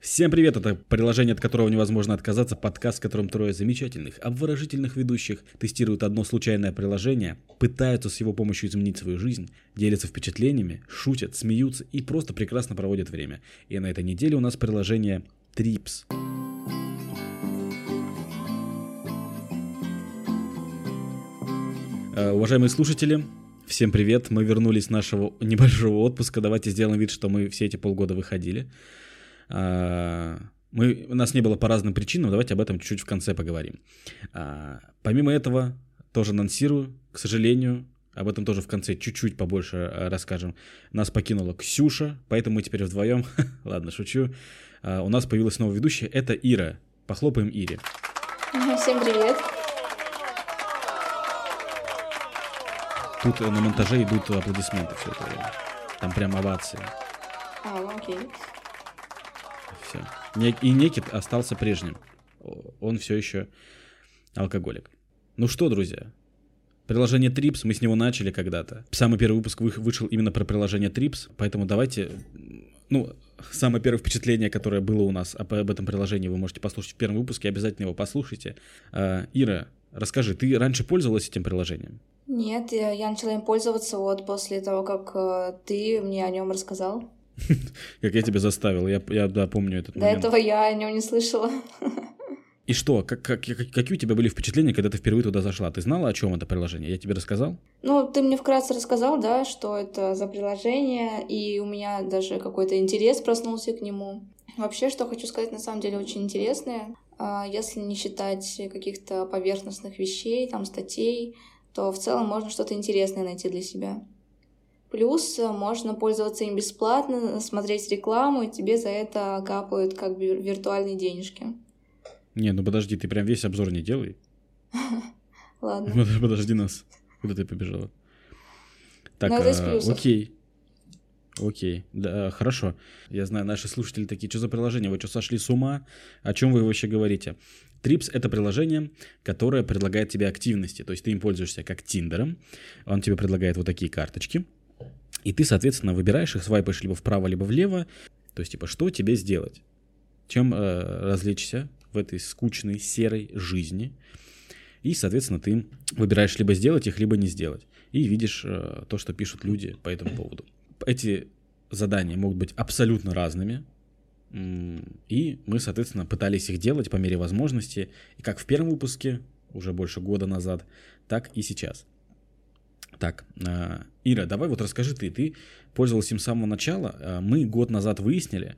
Всем привет, это приложение, от которого невозможно отказаться, подкаст, в котором трое замечательных, обворожительных ведущих тестируют одно случайное приложение, пытаются с его помощью изменить свою жизнь, делятся впечатлениями, шутят, смеются и просто прекрасно проводят время. И на этой неделе у нас приложение Trips. Уважаемые слушатели, всем привет, мы вернулись с нашего небольшого отпуска, давайте сделаем вид, что мы все эти полгода выходили. У нас не было по разным причинам, давайте об этом чуть-чуть в конце поговорим. Помимо этого, тоже анонсирую, к сожалению, об этом тоже в конце чуть-чуть побольше расскажем. Нас покинула Ксюша, поэтому мы теперь вдвоем. Ладно, шучу. У нас появилась новая ведущая, это Ира. Похлопаем Ире. Всем привет. Тут на монтаже идут аплодисменты все это время. Там прям овации. Окей. Все. И Некит остался прежним. Он все еще алкоголик. Ну что, друзья, приложение Trips, мы с него начали когда-то. Самый первый выпуск вышел именно про приложение Trips, поэтому давайте... самое первое впечатление, которое было у нас об этом приложении, вы можете послушать в первом выпуске, обязательно его послушайте. Ира, расскажи, ты раньше пользовалась этим приложением? Нет, я начала им пользоваться вот после того, как ты мне о нем рассказал. Как я тебя заставил, я помню этот момент. До этого я о нем не слышала. И что, какие у тебя были впечатления, когда ты впервые туда зашла? Ты знала, о чем это приложение? Я тебе рассказал? Ты мне вкратце рассказал, да, что это за приложение, и у меня даже какой-то интерес проснулся к нему. Вообще, что хочу сказать, на самом деле очень интересное. Если не считать каких-то поверхностных вещей, там, статей, то в целом можно что-то интересное найти для себя. Плюс можно пользоваться им бесплатно, смотреть рекламу, и тебе за это капают как бы виртуальные денежки. Не, подожди, ты прям весь обзор не делай. Ладно. Подожди нас. Куда ты побежала? Так, это из плюсов. Окей, да, хорошо. Я знаю, наши слушатели такие, что за приложение? Вы что, сошли с ума? О чем вы вообще говорите? Trips — это приложение, которое предлагает тебе активности. То есть ты им пользуешься как Тиндером. Он тебе предлагает вот такие карточки. И ты, соответственно, выбираешь их, свайпаешь либо вправо, либо влево. То есть, что тебе сделать? Чем развлечься в этой скучной, серой жизни. И, соответственно, ты выбираешь либо сделать их, либо не сделать. И видишь то, что пишут люди по этому поводу. Эти задания могут быть абсолютно разными. И мы, соответственно, пытались их делать по мере возможности. И как в первом выпуске, уже больше года назад, так и сейчас. Так, Ира, давай вот расскажи ты пользовалась им с самого начала. Мы год назад выяснили,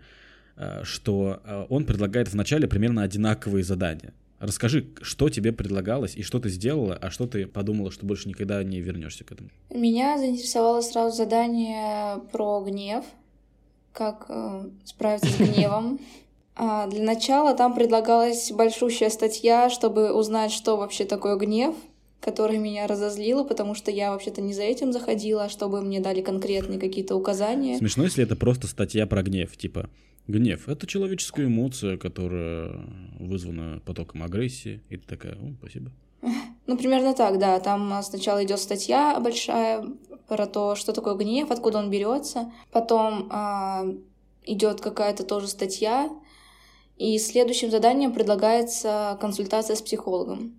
что он предлагает вначале примерно одинаковые задания. Расскажи, что тебе предлагалось и что ты сделала, а что ты подумала, что больше никогда не вернешься к этому. Меня заинтересовало сразу задание про гнев, как справиться с гневом. Для начала там предлагалась большущая статья, чтобы узнать, что вообще такое гнев, которая меня разозлила, потому что я вообще-то не за этим заходила, а чтобы мне дали конкретные какие-то указания. Смешно, если это просто статья про гнев, типа гнев — это человеческая эмоция, которая вызвана потоком агрессии, и ты такая: спасибо. Примерно так, да. Там сначала идет статья большая про то, что такое гнев, откуда он берется, потом идет какая-то тоже статья, и следующим заданием предлагается консультация с психологом.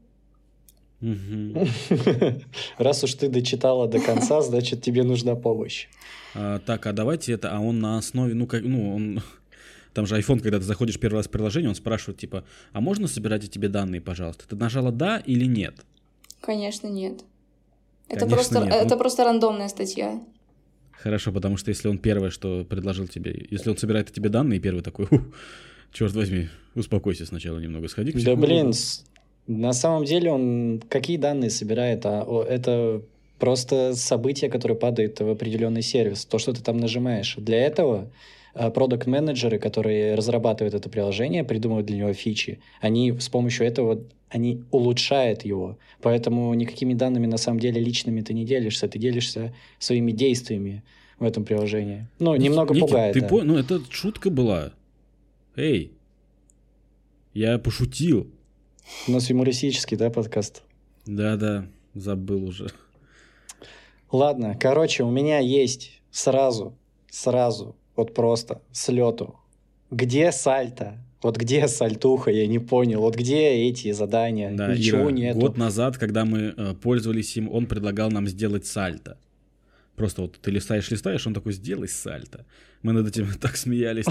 Раз уж ты дочитала до конца, значит, тебе нужна помощь. Так, а давайте это, он на основе, там же iPhone, когда ты заходишь первый раз в приложение, он спрашивает, типа, а можно собирать о тебе данные, пожалуйста? Ты нажала «да» или «нет»? Конечно, нет. Конечно, это просто рандомная статья. Хорошо, потому что если он первое, что предложил тебе, если он собирает о тебе данные, первый такой: черт возьми, успокойся сначала немного, сходи к психологу. Да блин, на самом деле он какие данные собирает? Это просто события, которые падают в определенный сервис. То, что ты там нажимаешь. Для этого продакт-менеджеры, которые разрабатывают это приложение, придумывают для него фичи, они с помощью этого они улучшают его. Поэтому никакими данными на самом деле личными ты не делишься. Ты делишься своими действиями в этом приложении. Немного пугает. Ты это шутка была. Эй, я пошутил. У нас юмористический, да, подкаст? Да, забыл уже. Ладно, короче, у меня есть сразу, вот просто с лету Где сальто? Вот где сальтуха, я не понял. Вот где эти задания? Да, Ничего Ира, нету. год назад, когда мы пользовались им, он предлагал нам сделать сальто. Просто вот ты листаешь, он такой, сделай сальто. Мы над этим так смеялись.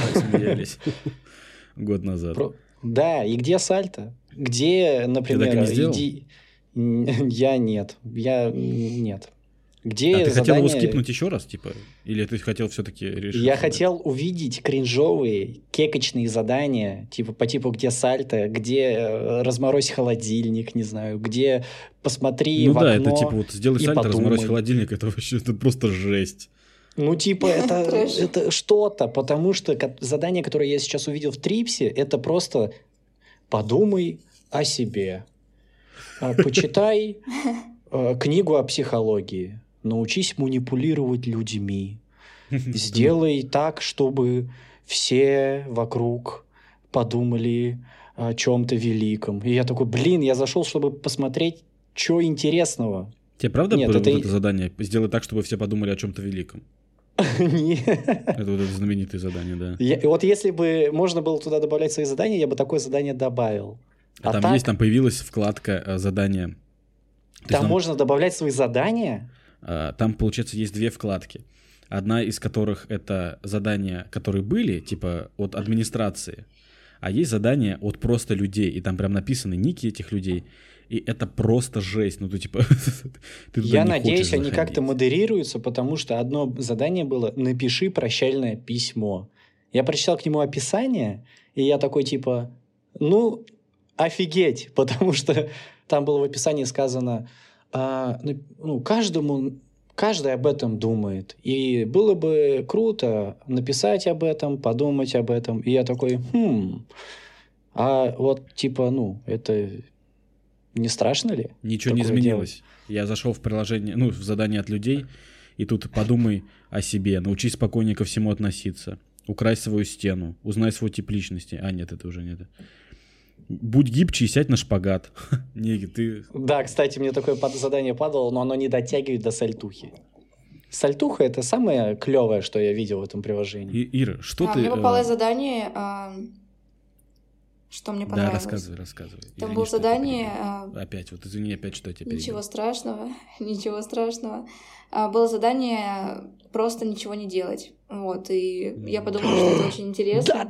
Год назад. Да, и где сальто? Где, например, Ты так и не сделал? Я нет. Нет. Где А ты хотел его задание- скипнуть еще раз, типа? Или ты хотел все-таки решить? Я хотел увидеть кринжовые, кекочные задания, типа по типу где сальто, где разморозь холодильник, не знаю, где посмотри Ну в да, окно это типа вот сделай и сальто, разморозь подумай. холодильник, это вообще это просто жесть. Ну, типа, Трэш. это что-то, потому что задание, которое я сейчас увидел в Трипсе, это просто подумай о себе. Почитай книгу о психологии. Научись манипулировать людьми. Сделай так, чтобы все вокруг подумали о чем-то великом. И я такой, блин, я зашел, чтобы посмотреть, что интересного. Тебе правда Нет, вот это- это задание? Сделай так, чтобы все подумали о чем-то великом. Не. Это вот это знаменитое задание, да. Вот если бы можно было туда добавлять свои задания, я бы такое задание добавил. А там так, есть, там появилась вкладка задания. То есть там можно добавлять свои задания? там, получается, есть две вкладки. Одна из которых это задания, которые были, типа, от администрации. А есть задания от просто людей. И там прям написаны ники этих людей. И это просто жесть. Ну, ты типа... ты туда Я не надеюсь, хочешь они заходить. как-то модерируются, потому что одно задание было «Напиши прощальное письмо». Я прочитал к нему описание, и я такой типа, ну, офигеть, потому что там было в описании сказано, каждый об этом думает, и было бы круто написать об этом, подумать об этом. И я такой, а вот типа, это не страшно ли? Ничего не такое изменилось. Я зашел в приложение, в задание от людей, и тут подумай о себе, научись спокойнее ко всему относиться, укрась свою стену, узнай свой тип личности. А, нет, это уже нет. Будь гибче и сядь на шпагат. Не, ты... Да, кстати, мне такое задание падало, но оно не дотягивает до сальтухи. Сальтуха — это самое клевое, что я видел в этом приложении. Ира, что ты... Мне попалось задание, что мне Да, понравилось. рассказывай. Там Извини, было что я тебя задание... перебил. Опять, вот извини, опять что я тебя перебил. Ничего страшного, ничего страшного. Было задание просто ничего не делать. Вот, и я подумала, что это очень интересно.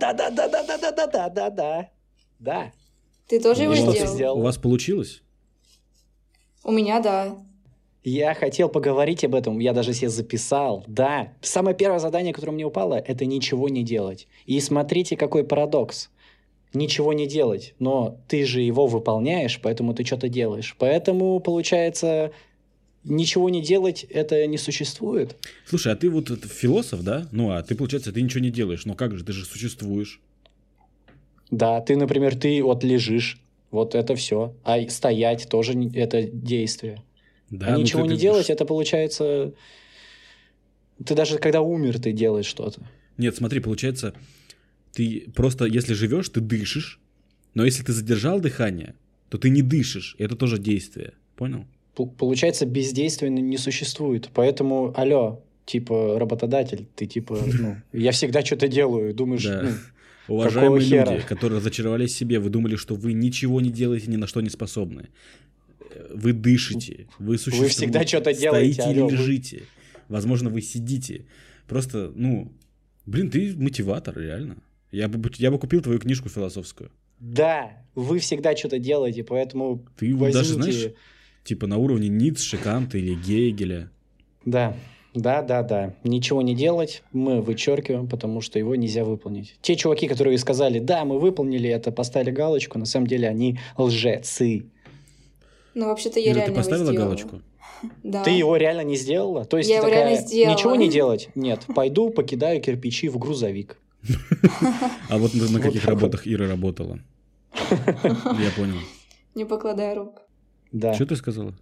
Да. Ты тоже его И что ты сделал? сделал? У вас получилось? У меня, да. Я хотел поговорить об этом, я даже себе записал. Да, самое первое задание, которое мне упало, это ничего не делать. И смотрите, какой парадокс. Ничего не делать, но ты же его выполняешь, поэтому ты что-то делаешь. Поэтому, получается, ничего не делать, это не существует. Слушай, а ты вот философ, да? Ну, а ты, получается, ты ничего не делаешь. Ну как же, ты же существуешь. Да, ты, например, ты вот лежишь, вот это все. А стоять тоже это действие. Да, А ничего ты- не ты- делать, это получается... Ты даже когда умер, ты делаешь что-то. Нет, смотри, получается, ты просто, если живешь, ты дышишь, но если ты задержал дыхание, то ты не дышишь. Это тоже действие. Понял? Получается, бездействия не существует. Поэтому, алло, типа, работодатель, ты типа, я всегда что-то делаю. Думаешь, Да. Уважаемые какого хера? люди, которые разочаровались в себе, вы думали, что вы ничего не делаете, ни на что не способны. Вы дышите, вы существуете. всегда что-то делаете, Стоите или алло, вы- лежите. Возможно, вы сидите. Просто, ты мотиватор, реально. Я бы купил твою книжку философскую. да, вы всегда что-то делаете, поэтому Ты вот даже, возьмите... знаешь, типа на уровне Ницше, Канта или Гегеля. Да. Ничего не делать мы вычеркиваем, потому что его нельзя выполнить. Те чуваки, которые сказали, да, мы выполнили это, поставили галочку, на самом деле они лжецы. Ну, вообще-то я Ира, реально ты его поставила сделала. галочку? Да. Ты его реально не сделала? То есть Я ты его такая, реально сделала. ничего не делать? Нет, пойду покидаю кирпичи в грузовик. А вот на Вот каких так вот. работах Ира работала? Я понял. Не покладая рук. Да. Что ты сказала?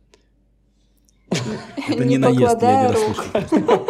Это Не не наезд, я покладая не рук. расслышал.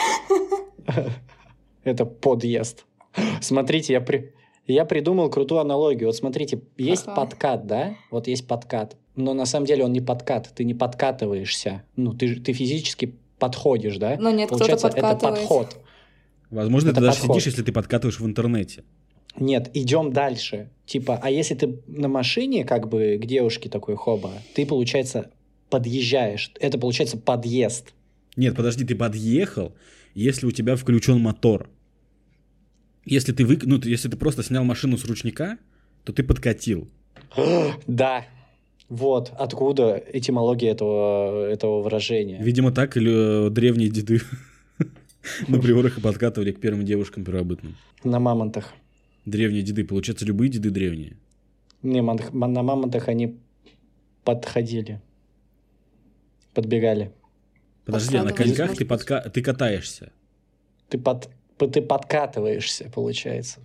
Это подъезд. Смотрите, я придумал крутую аналогию. Вот смотрите, есть Ага. подкат, да? Вот есть подкат. Но на самом деле он не подкат. Ты не подкатываешься. Ты физически подходишь, да? Но нет, кто-то Получается, это подкатывает. подход. Возможно, Это ты даже подход. сидишь, если ты подкатываешь в интернете. Нет, идем дальше. Типа, а если ты на машине, как бы, к девушке такой хоба, ты, получается, подъезжаешь. Это, получается, подъезд. Нет, подожди, ты подъехал, если у тебя включен мотор. Если ты, если ты просто снял машину с ручника, то ты подкатил. Да. Вот откуда этимология этого выражения. Видимо, так или древние деды на приорах и подкатывали к первым девушкам первобытным. На мамонтах. Древние деды, получается, любые деды древние. Не, на мамонтах они подходили. Подбегали. Подожди, а на коньках ты катаешься? Ты подкатываешься, получается.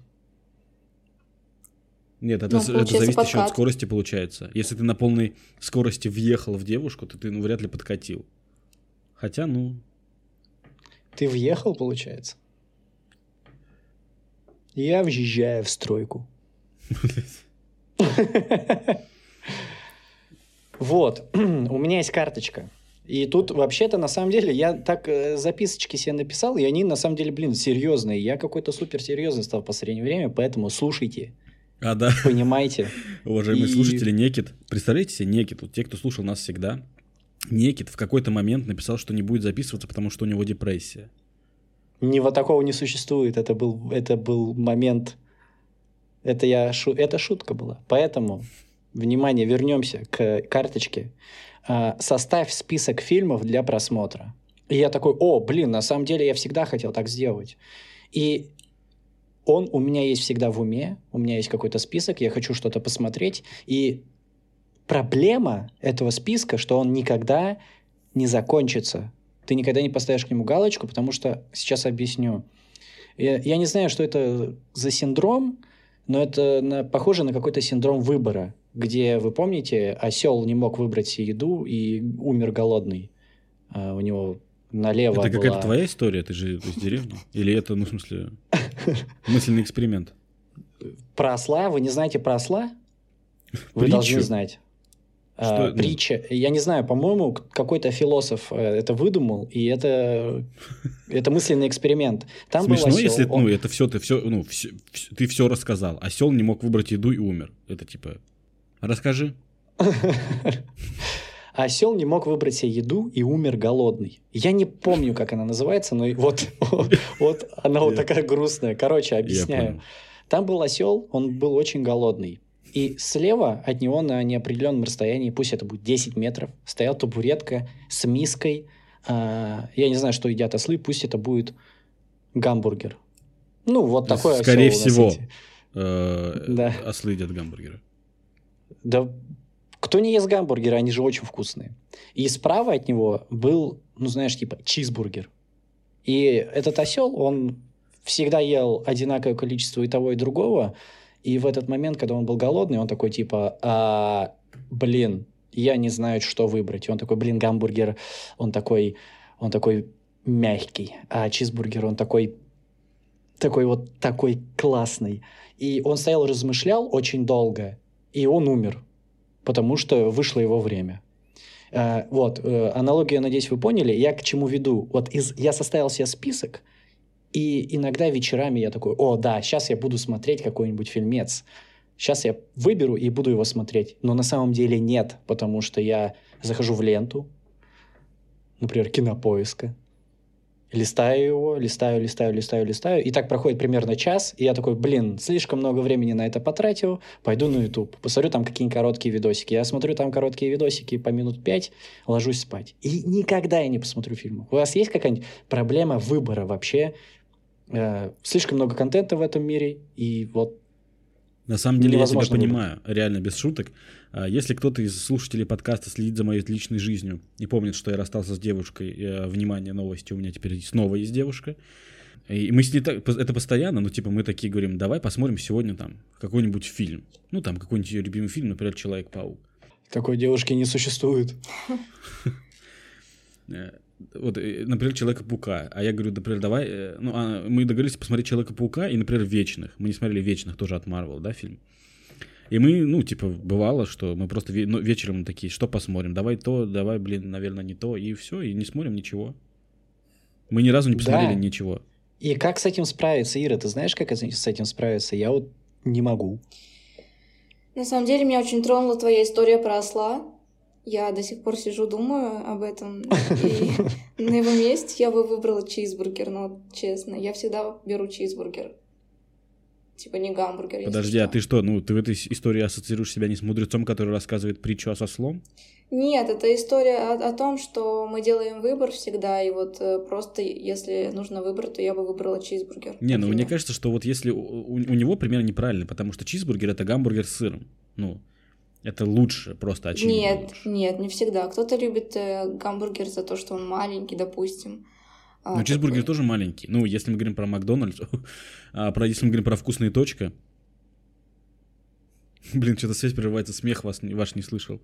Нет, это зависит еще от скорости, получается. Если ты на полной скорости въехал в девушку, то ты вряд ли подкатил. Хотя, Ты въехал, получается? Я въезжаю в стройку. Вот, у меня есть карточка. И тут вообще-то, на самом деле, я так записочки себе написал, и они, на самом деле, серьезные. Я какой-то суперсерьезный стал в последнее время, поэтому слушайте. Да. Понимаете? Уважаемые слушатели, Некит. Представляете себе Некит? Вот те, кто слушал нас всегда. Некит в какой-то момент написал, что не будет записываться, потому что у него депрессия. Вот такого не существует. Это был момент. Это шутка была. Поэтому, внимание, вернемся к карточке. Составь список фильмов для просмотра. И я такой, на самом деле я всегда хотел так сделать. И он у меня есть всегда в уме, у меня есть какой-то список, я хочу что-то посмотреть. И проблема этого списка, что он никогда не закончится. Ты никогда не поставишь к нему галочку, потому что, сейчас объясню. Я не знаю, что это за синдром, но это похоже на какой-то синдром выбора, где, вы помните, осел не мог выбрать себе еду и умер голодный. У него налево была... Это какая-то твоя история? Ты же из деревни? Или это, в смысле, мысленный эксперимент? Про осла? Вы не знаете про осла? Вы должны знать. Притча. Я не знаю, по-моему, какой-то философ это выдумал, и это мысленный эксперимент. Там смешно, был осел, если это все ты все рассказал. Осел не мог выбрать еду и умер. Это типа... Расскажи. Осел не мог выбрать себе еду и умер голодный. Я не помню, как она называется, но вот она вот такая грустная. Короче, объясняю. Там был осел, он был очень голодный. И слева от него на неопределенном расстоянии, пусть это будет 10 метров, стояла табуретка с миской. Я не знаю, что едят ослы, пусть это будет гамбургер. Вот такой осел. Скорее всего, ослы едят гамбургеры. Да, кто не ест гамбургеры, они же очень вкусные. И справа от него был, типа чизбургер. И этот осел, он всегда ел одинаковое количество и того, и другого. И в этот момент, когда он был голодный, он такой, типа, я не знаю, что выбрать. И он такой, гамбургер, он такой мягкий. А чизбургер, он такой классный. И он стоял, размышлял очень долго, и он умер, потому что вышло его время. Аналогию, надеюсь, вы поняли. Я к чему веду? Я составил себе список, и иногда вечерами я такой, сейчас я буду смотреть какой-нибудь фильмец. Сейчас я выберу и буду его смотреть. Но на самом деле нет, потому что я захожу в ленту, например, Кинопоиска, листаю его, листаю. И так проходит примерно час, и я такой, слишком много времени на это потратил, пойду на YouTube, посмотрю там какие-нибудь короткие видосики. Я смотрю там короткие видосики по минут 5, ложусь спать. И никогда я не посмотрю фильмы. У вас есть какая-нибудь проблема выбора вообще? Слишком много контента в этом мире, и На самом деле я тебя понимаю, реально без шуток. Если кто-то из слушателей подкаста следит за моей личной жизнью и помнит, что я расстался с девушкой, внимание, новости, у меня теперь снова есть девушка. И мы с ней это постоянно, мы такие говорим, давай посмотрим сегодня там какой-нибудь фильм. Какой-нибудь ее любимый фильм, например, «Человек-паук». Такой девушки не существует. Например, «Человека-паука». А я говорю, например, давай... мы договорились посмотреть «Человека-паука» и, например, «Вечных». Мы не смотрели «Вечных», тоже от Marvel, да, фильм? И мы, бывало, что мы просто вечером такие, что посмотрим? Давай то, давай, наверное, не то. И все, и не смотрим ничего. Мы ни разу не посмотрели ничего. И как с этим справиться, Ира? Ты знаешь, как с этим справиться? Я Не могу. На самом деле, меня очень тронула твоя история про осла. Я до сих пор сижу, думаю об этом. И на его месте я бы выбрала чизбургер, но вот честно. Я всегда беру чизбургер. Типа не гамбургер. если Подожди, что. а ты что, ну ты в этой истории ассоциируешь себя не с мудрецом, который рассказывает притчу о сослом? Нет, это история о том, что мы делаем выбор всегда, и вот просто если нужно выбор, то я бы выбрала чизбургер. Не, ну мне например. кажется, что вот если у него пример неправильный, потому что чизбургер это гамбургер с сыром. Ну, это лучше, просто очевидно Нет, лучше. нет, не всегда. Кто-то любит гамбургер за то, что он маленький, допустим. Но чизбургер такой. тоже маленький. Ну, если мы говорим про Макдональдс, если мы говорим про вкусные точка. Блин, что-то связь прерывается, смех ваш не слышал.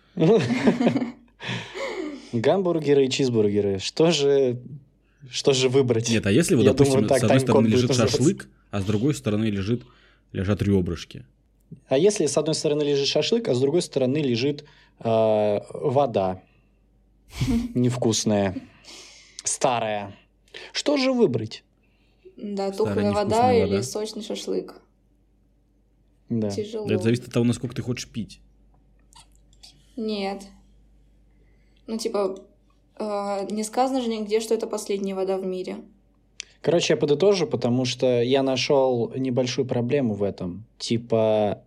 Гамбургеры и чизбургеры. Что же выбрать? Нет, а если вот, Я допустим, думаю, так с одной тайм-код стороны будет лежит называться. шашлык, а с другой стороны лежат ребрышки. А если с одной стороны лежит шашлык, а с другой стороны лежит вода невкусная, старая. Что же выбрать? Да, Старая тухлая вода невкусная или вода. сочный шашлык. Да. Тяжело. Это зависит от того, насколько ты хочешь пить. Нет. Ну, типа, не сказано же нигде, что это последняя вода в мире. Короче, я подытожу, потому что я нашел небольшую проблему в этом. Типа,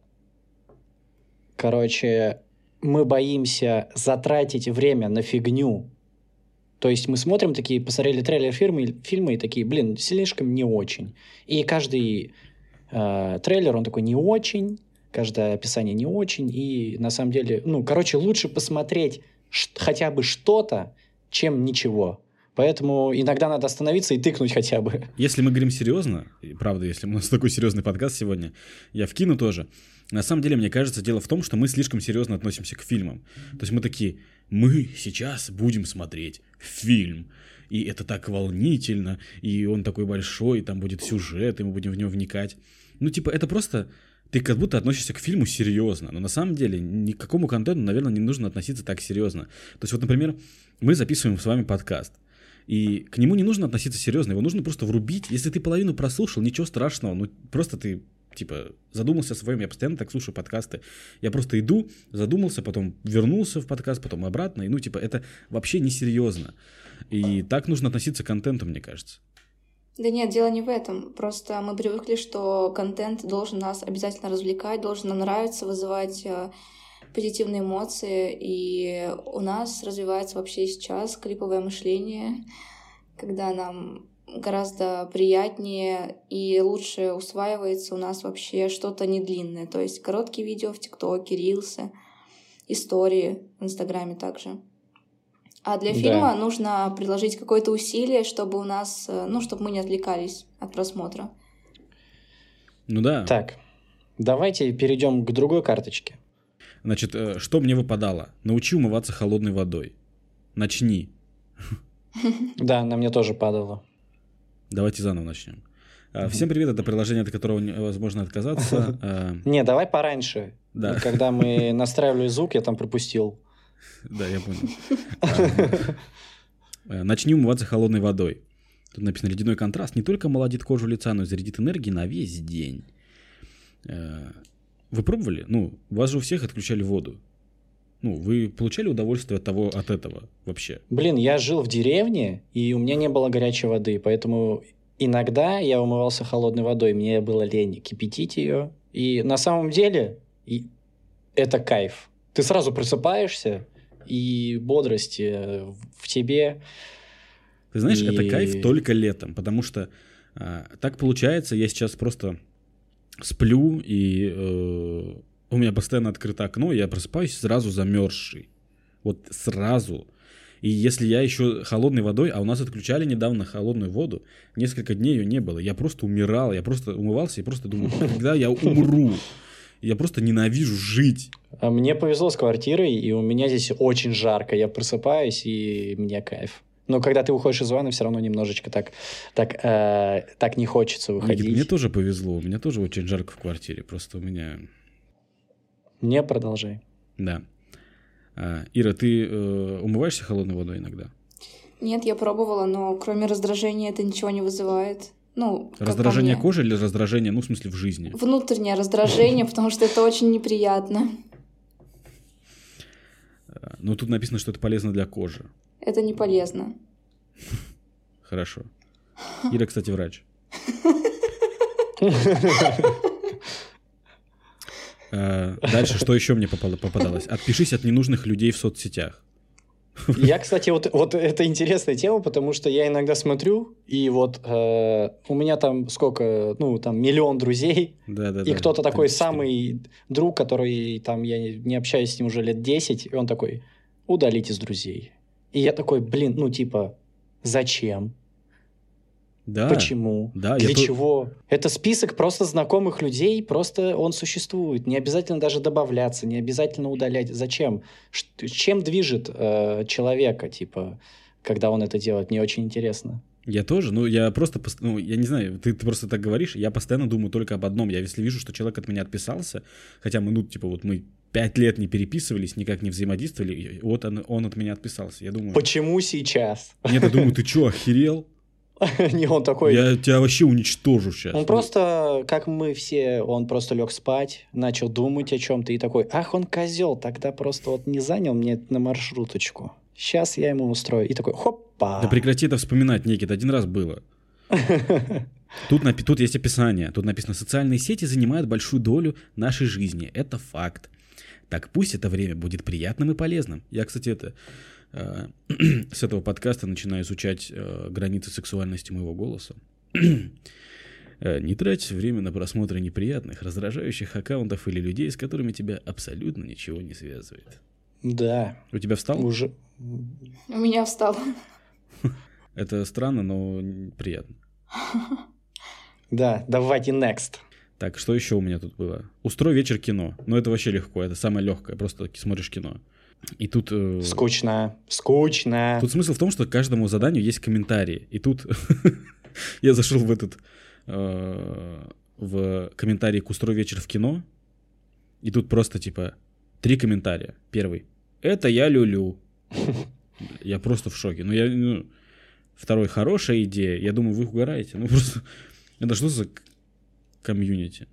короче, мы боимся затратить время на фигню. То есть мы смотрим такие, посмотрели трейлер фильма и такие, блин, слишком не очень. И каждый трейлер, он такой не очень, каждое описание не очень. И на самом деле, лучше посмотреть хотя бы что-то, чем ничего. Поэтому иногда надо остановиться и тыкнуть хотя бы. Если мы говорим серьезно, и правда, если у нас такой серьезный подкаст сегодня, я вкину тоже. На самом деле, мне кажется, дело в том, что мы слишком серьезно относимся к фильмам. То есть мы такие, мы сейчас будем смотреть фильм. И это так волнительно, и он такой большой, и там будет сюжет, и мы будем в него вникать. Ну, типа, это просто... Ты как будто относишься к фильму серьезно, но на самом деле ни к какому контенту, наверное, не нужно относиться так серьезно. То есть вот, например, мы записываем с вами подкаст, и к нему не нужно относиться серьезно, его нужно просто врубить. Если ты половину прослушал, ничего страшного, ну просто ты, типа, задумался о своем. Я постоянно так слушаю подкасты. Я просто иду, задумался, потом вернулся в подкаст, потом обратно, и, это вообще не серьезно. И так нужно относиться к контенту, мне кажется. Да нет, дело не в этом. Просто мы привыкли, что контент должен нас обязательно развлекать, должен нам нравиться, вызывать позитивные эмоции. И у нас развивается вообще сейчас клиповое мышление, когда нам гораздо приятнее и лучше усваивается у нас вообще что-то не длинное. То есть короткие видео в ТикТоке, рилсы, истории в Инстаграме также. А для фильма нужно приложить какое-то усилие, чтобы у нас, чтобы мы не отвлекались от просмотра. Ну да. Так, давайте перейдем к другой карточке. Значит, что мне выпадало? Научи умываться холодной водой. Начни. Да, на мне тоже падало. Давайте заново начнем. Всем привет, это приложение, от которого невозможно отказаться. Не, давай пораньше. Да. Когда мы настраивали звук, я там пропустил. Да, я понял. Начни умываться холодной водой. Тут написано: ледяной контраст не только молодит кожу лица, но и зарядит энергией на весь день. Вы пробовали? У вас же у всех отключали воду. Вы получали удовольствие от этого вообще? Блин, я жил в деревне, и у меня не было горячей воды, поэтому иногда я умывался холодной водой, мне было лень кипятить ее. И на самом деле это кайф. Ты сразу просыпаешься, и бодрость в тебе. Ты знаешь, это кайф только летом, потому что так получается, я сейчас просто сплю, и у меня постоянно открыто окно, и я просыпаюсь сразу замерзший. Вот сразу. И если я еще холодной водой, а у нас отключали недавно холодную воду, несколько дней ее не было, я просто умирал, я просто умывался и просто думал, когда я умру. Я просто ненавижу жить. А мне повезло с квартирой, и у меня здесь очень жарко. Я просыпаюсь, и мне кайф. Но когда ты уходишь из ванны, все равно немножечко так не хочется выходить. Никит, мне тоже повезло. У меня тоже очень жарко в квартире. Просто у меня... Не продолжай. Да. Ира, ты умываешься холодной водой иногда? Нет, я пробовала, но кроме раздражения это ничего не вызывает. Ну, как по Раздражение мне. кожи или раздражение, ну, в смысле, в жизни? Внутреннее раздражение, потому что это очень неприятно. Ну, тут написано, что это полезно для кожи. Это не полезно. Хорошо. Ира, кстати, врач. Дальше, что еще мне попадалось? Отпишись от ненужных людей в соцсетях. Я, кстати, вот это интересная тема, потому что я иногда смотрю, и вот у меня там сколько, ну, там 1 миллион друзей, и кто-то такой самый друг, который там, я не общаюсь с ним уже лет 10, и он такой, удалить из друзей. И я такой, блин, ну, типа, зачем? Да. Почему? Да, Для чего? Это список просто знакомых людей, просто он существует. Не обязательно даже добавляться, не обязательно удалять. Зачем? Чем движет человека, типа, когда он это делает? Мне очень интересно. Я тоже, ну, я просто, ну, я не знаю, ты просто так говоришь, я постоянно думаю только об одном. Я если вижу, что человек от меня отписался, хотя мы, ну, типа, вот мы 5 лет не переписывались, никак не взаимодействовали, вот он от меня отписался. Я думаю... Почему сейчас? Нет, я думаю, ты что, охерел? Не, он такой... Я тебя вообще уничтожу сейчас. Он просто, как мы все, он просто лег спать, начал думать о чем-то и такой, ах, он козел, тогда просто вот не занял мне на маршруточку. Сейчас я ему устрою. И такой, хопа. Да прекрати это вспоминать, Никит, один раз было. Тут есть описание. Тут написано, социальные сети занимают большую долю нашей жизни. Это факт. Так пусть это время будет приятным и полезным. Я, кстати, с этого подкаста начинаю изучать границы сексуальности моего голоса. Не трать время на просмотр неприятных, раздражающих аккаунтов или людей, с которыми тебя абсолютно ничего не связывает. Да. У тебя встал? Уже. У меня встал. Это странно, но приятно. Да, давайте next. Так, что еще у меня тут было? Устрой вечер кино. Ну, это вообще легко, это самое легкое. Просто смотришь кино. И тут... Скучно. Тут смысл в том, что к каждому заданию есть комментарии. И тут я зашел в комментарии к «Устрой вечер в кино», и тут просто, типа, 3 комментария. Первый. Это я люлю. Я просто в шоке. Второй. Хорошая идея. Я думаю, вы угораете. Ну, просто... Это что за комьюнити?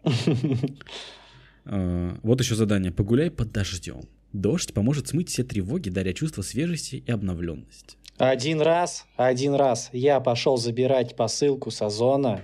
Вот еще задание. Погуляй под дождем. Дождь поможет смыть все тревоги, даря чувство свежести и обновленности. Один раз я пошел забирать посылку с Озона.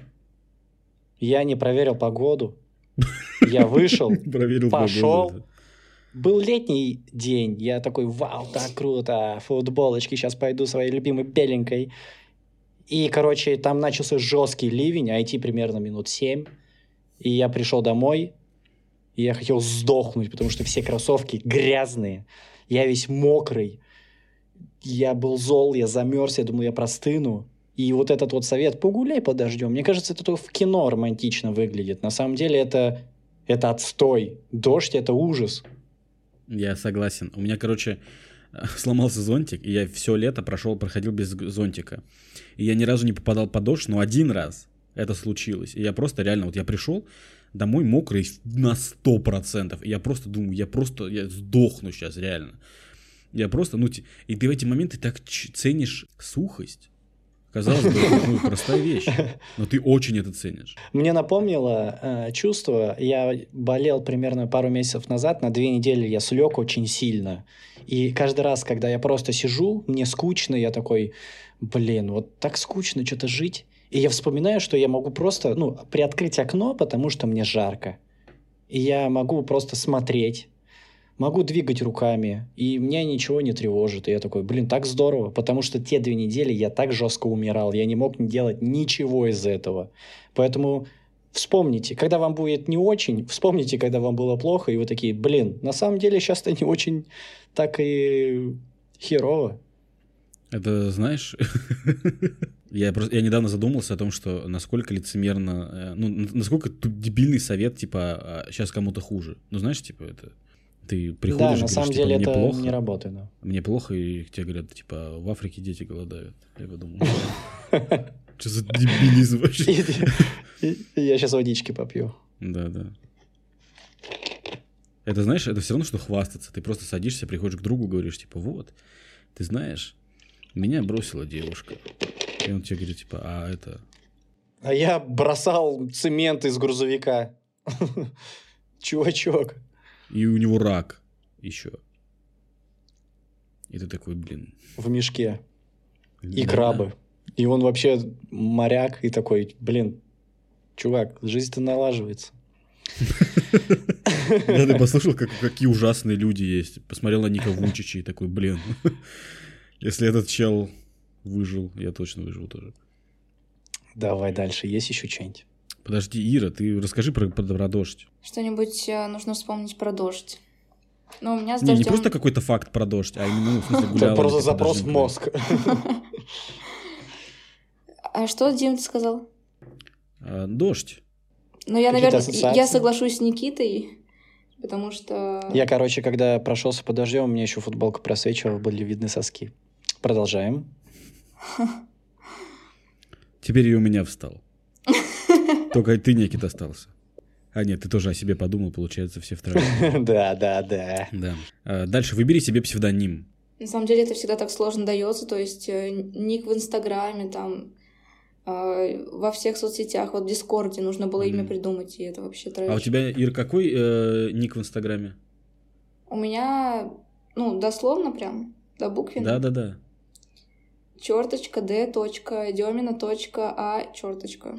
Я не проверил погоду. Я вышел, пошел. Был летний день. Я такой, вау, так круто. Футболочки, сейчас пойду своей любимой беленькой. И, короче, там начался жесткий ливень, а идти примерно минут 7. И я пришел домой. И я хотел сдохнуть, потому что все кроссовки грязные. Я весь мокрый. Я был зол, я замерз, я думал, я простыну. И вот этот вот совет, погуляй под дождем. Мне кажется, это только в кино романтично выглядит. На самом деле это отстой. Дождь – это ужас. Я согласен. У меня, короче, сломался зонтик, и я все лето проходил без зонтика. И я ни разу не попадал под дождь, но один раз это случилось. И я просто реально, вот я пришел домой мокрый на 100%. И я просто думаю, я сдохну сейчас, реально. Я просто, и ты в эти моменты так ценишь сухость. Казалось бы, простая вещь, но ты очень это ценишь. Мне напомнило чувство, я болел примерно пару месяцев назад, на 2 недели я слег очень сильно. И каждый раз, когда я просто сижу, мне скучно, я такой, блин, вот так скучно что-то жить. И я вспоминаю, что я могу просто, приоткрыть окно, потому что мне жарко. И я могу просто смотреть. Могу двигать руками, и меня ничего не тревожит. И я такой, блин, так здорово, потому что те 2 недели я так жестко умирал, я не мог делать ничего из этого. Поэтому вспомните, когда вам будет не очень, вспомните, когда вам было плохо, и вы такие, блин, на самом деле сейчас-то не очень так и херово. Это, знаешь, я недавно задумался о том, что насколько лицемерно, насколько тут дебильный совет, типа, сейчас кому-то хуже. Знаешь, типа, это... Ты приходишь и говоришь, на самом деле мне это плохо, не работает. Да. Мне плохо, и тебе говорят, типа, в Африке дети голодают. Я подумал, что за дебилизм вообще? Я сейчас водички попью. Да. Это, знаешь, это все равно, что хвастаться. Ты просто садишься, приходишь к другу, говоришь, типа, вот, ты знаешь, меня бросила девушка. И он тебе говорит, типа, А я бросал цемент из грузовика. Чувачок. И у него рак еще. И ты такой, блин. В мешке. И да. крабы. И он вообще моряк и такой, блин, чувак, жизнь-то налаживается. Да, ты послушал, какие ужасные люди есть. Посмотрел на Ника Вучича и такой, блин. Если этот чел выжил, я точно выживу тоже. Давай дальше. Есть еще что-нибудь? Подожди, Ира, ты расскажи про дождь. Что-нибудь нужно вспомнить про дождь. Но у меня с Не дождем... просто какой-то факт про дождь, а именно, в смысле, Это гуляла просто ли ты под запрос в дождем? мозг. А что, Дим, ты сказал? Дождь. Ну, я, Какие-то наверное, ассоциации? я соглашусь с Никитой, потому что... Я, короче, когда прошелся под дождем, у меня еще футболка просвечивала, были видны соски. Продолжаем. Теперь и у меня встал. Только ты, Никит, остался. А нет, ты тоже о себе подумал, получается, все втроем. Да. Да. Дальше выбери себе псевдоним. На самом деле это всегда так сложно дается, то есть ник в Инстаграме, там, во всех соцсетях, вот в Дискорде нужно было имя придумать, и это вообще трэш. А у тебя, Ир, какой ник в Инстаграме? У меня, ну, дословно прям, до буквенно. Да. Черточка, Д, точка, Демина, точка, А, черточка.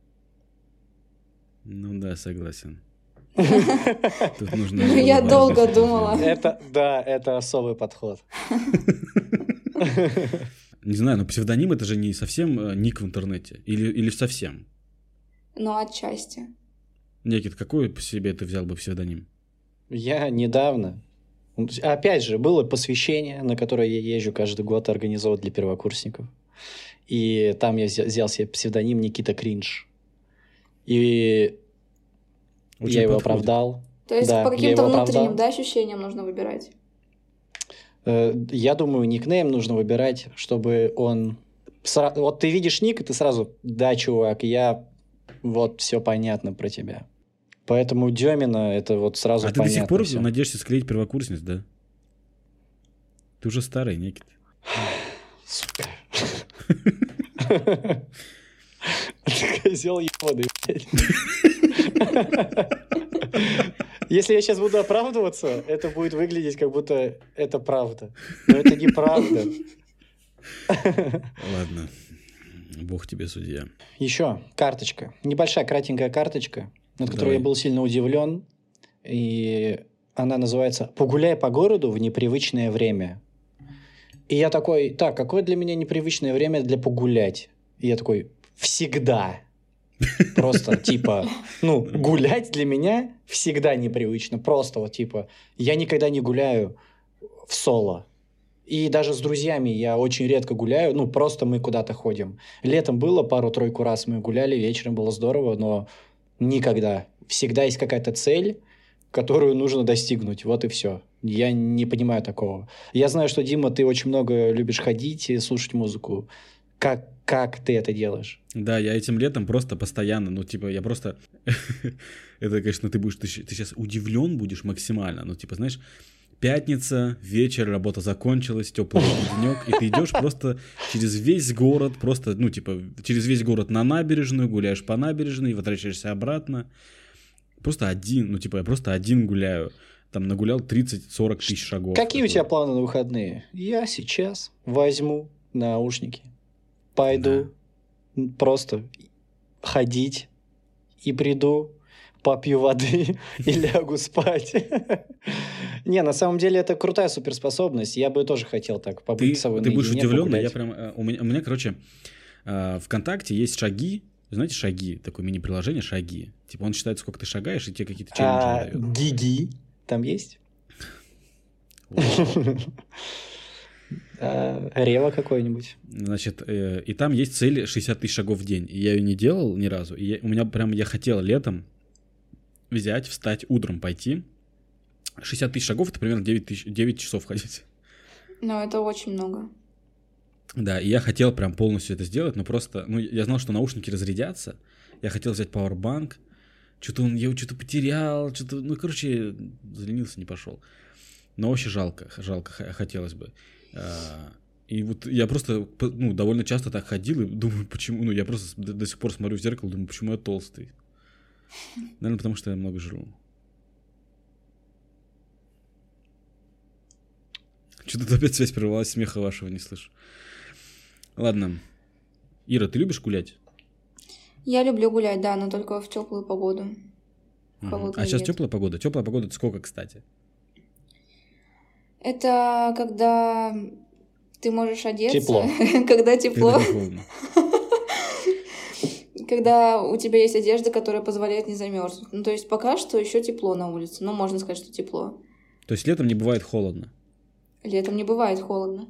Ну да, согласен. Тут нужно... Ну, я долго думала. Это особый подход. Не знаю, но псевдоним это же не совсем ник в интернете. Или совсем? Ну, отчасти. Никит, какой по себе ты взял бы псевдоним? Я недавно... Опять же, было посвящение, на которое я езжу каждый год организовывать для первокурсников. И там я взял себе псевдоним Никита Кринж. И Очень я его подходит. оправдал. То есть Да, по я каким-то его внутренним, оправдал. да, ощущениям нужно выбирать? Я думаю, никнейм нужно выбирать, чтобы он... Вот ты видишь ник, и ты сразу, да, чувак, вот все понятно про тебя. Поэтому Демина это вот сразу А ты понятно. до сих пор всё. надеешься склеить первокурсниц, да? Ты уже старый, Никит. Сука. Ты козел ебаный, блядь. Если я сейчас буду оправдываться, это будет выглядеть, как будто это правда. Но это неправда. Ладно. Бог тебе судья. Еще карточка. Небольшая, кратенькая карточка, над которой Давай. я был сильно удивлен. И она называется «Погуляй по городу в непривычное время». И я такой, так, какое для меня непривычное время для погулять? И я такой, всегда. Просто, типа, гулять для меня всегда непривычно. Просто вот, типа, я никогда не гуляю в соло. И даже с друзьями я очень редко гуляю, просто мы куда-то ходим. Летом было пару-тройку раз мы гуляли, вечером было здорово, но никогда. Всегда есть какая-то цель, которую нужно достигнуть, вот и все. Я не понимаю такого. Я знаю, что, Дима, ты очень много любишь ходить и слушать музыку. Как ты это делаешь? Да, я этим летом просто постоянно, я просто... Это, конечно, ты сейчас удивлен будешь максимально, знаешь, пятница, вечер, работа закончилась, теплый денек, и ты идешь просто через весь город, через весь город на набережную, гуляешь по набережной, возвращаешься обратно. Просто один, я просто один гуляю. Там нагулял 30-40 тысяч шагов. Какие у тебя планы на выходные? Я сейчас возьму наушники, пойду просто ходить и приду, попью воды и лягу спать. Не, на самом деле это крутая суперспособность. Я бы тоже хотел так побыть с собой Ты будешь наедине, удивлен, погулять. у меня, короче, ВКонтакте есть шаги. Знаете, шаги? Такое мини-приложение «Шаги». Он считает, сколько ты шагаешь, и тебе какие-то челленджи дает. Гиги там есть? Рева какой-нибудь. Значит, и там есть цель 60 тысяч шагов в день. И я ее не делал ни разу. И я хотел летом взять, встать, утром пойти. 60 тысяч шагов — это примерно 9 часов ходить. Ну, это очень много. Да, и я хотел прям полностью это сделать, но просто... я знал, что наушники разрядятся. Я хотел взять пауэрбанк. Я его что-то потерял. Заленился, не пошел. Но вообще жалко хотелось бы. И вот я просто, ну, довольно часто так ходил и думаю, почему, ну, я просто до сих пор смотрю в зеркало, думаю, почему я толстый. Наверное, потому что я много жру. Что-то опять связь прервалась, смеха вашего не слышу. Ладно. Ира, ты любишь гулять? Я люблю гулять, да, но только в теплую погоду. А сейчас теплая погода? Теплая погода это сколько, кстати? Это когда ты можешь одеться. Тепло. Когда тепло. Когда не холодно. Когда у тебя есть одежда, которая позволяет не замерзнуть. Ну, то есть пока что еще тепло на улице. Ну, можно сказать, что тепло. То есть летом не бывает холодно? Летом не бывает холодно.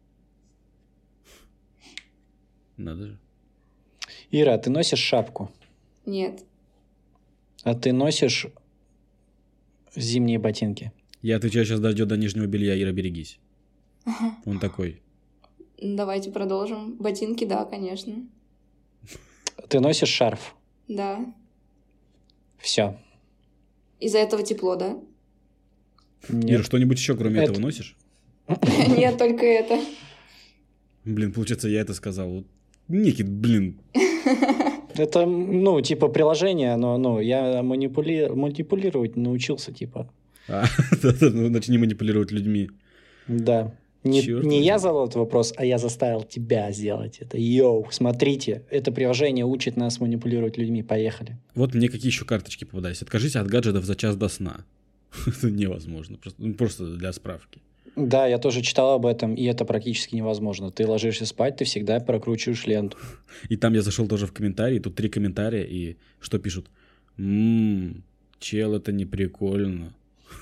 Надо же. Ира, а ты носишь шапку? Нет. А ты носишь зимние ботинки? Я отвечаю, сейчас дойдет до нижнего белья, Ира, берегись. Он такой. Давайте продолжим. Ботинки, да, конечно. Ты носишь шарф? Да. Все. Из-за этого тепло, да? Ира, что-нибудь еще кроме этого носишь? Нет, только это. Блин, получается, я это сказал. Вот Никит, блин. Это, ну, типа приложение, но ну, я манипулировать научился, типа. Ну, начни манипулировать людьми. Да. Чёрт Не я возьми. задал этот вопрос, а я заставил тебя сделать это. Йоу, смотрите, это приложение учит нас манипулировать людьми. Поехали. Вот мне какие еще карточки попадались. Откажись от гаджетов за час до сна. Это невозможно. Просто для справки. Да, я тоже читал об этом, и это практически невозможно. Ты ложишься спать, ты всегда прокручиваешь ленту. И там я зашел тоже в комментарии. Тут 3 комментария. И что пишут? Чел, это не прикольно.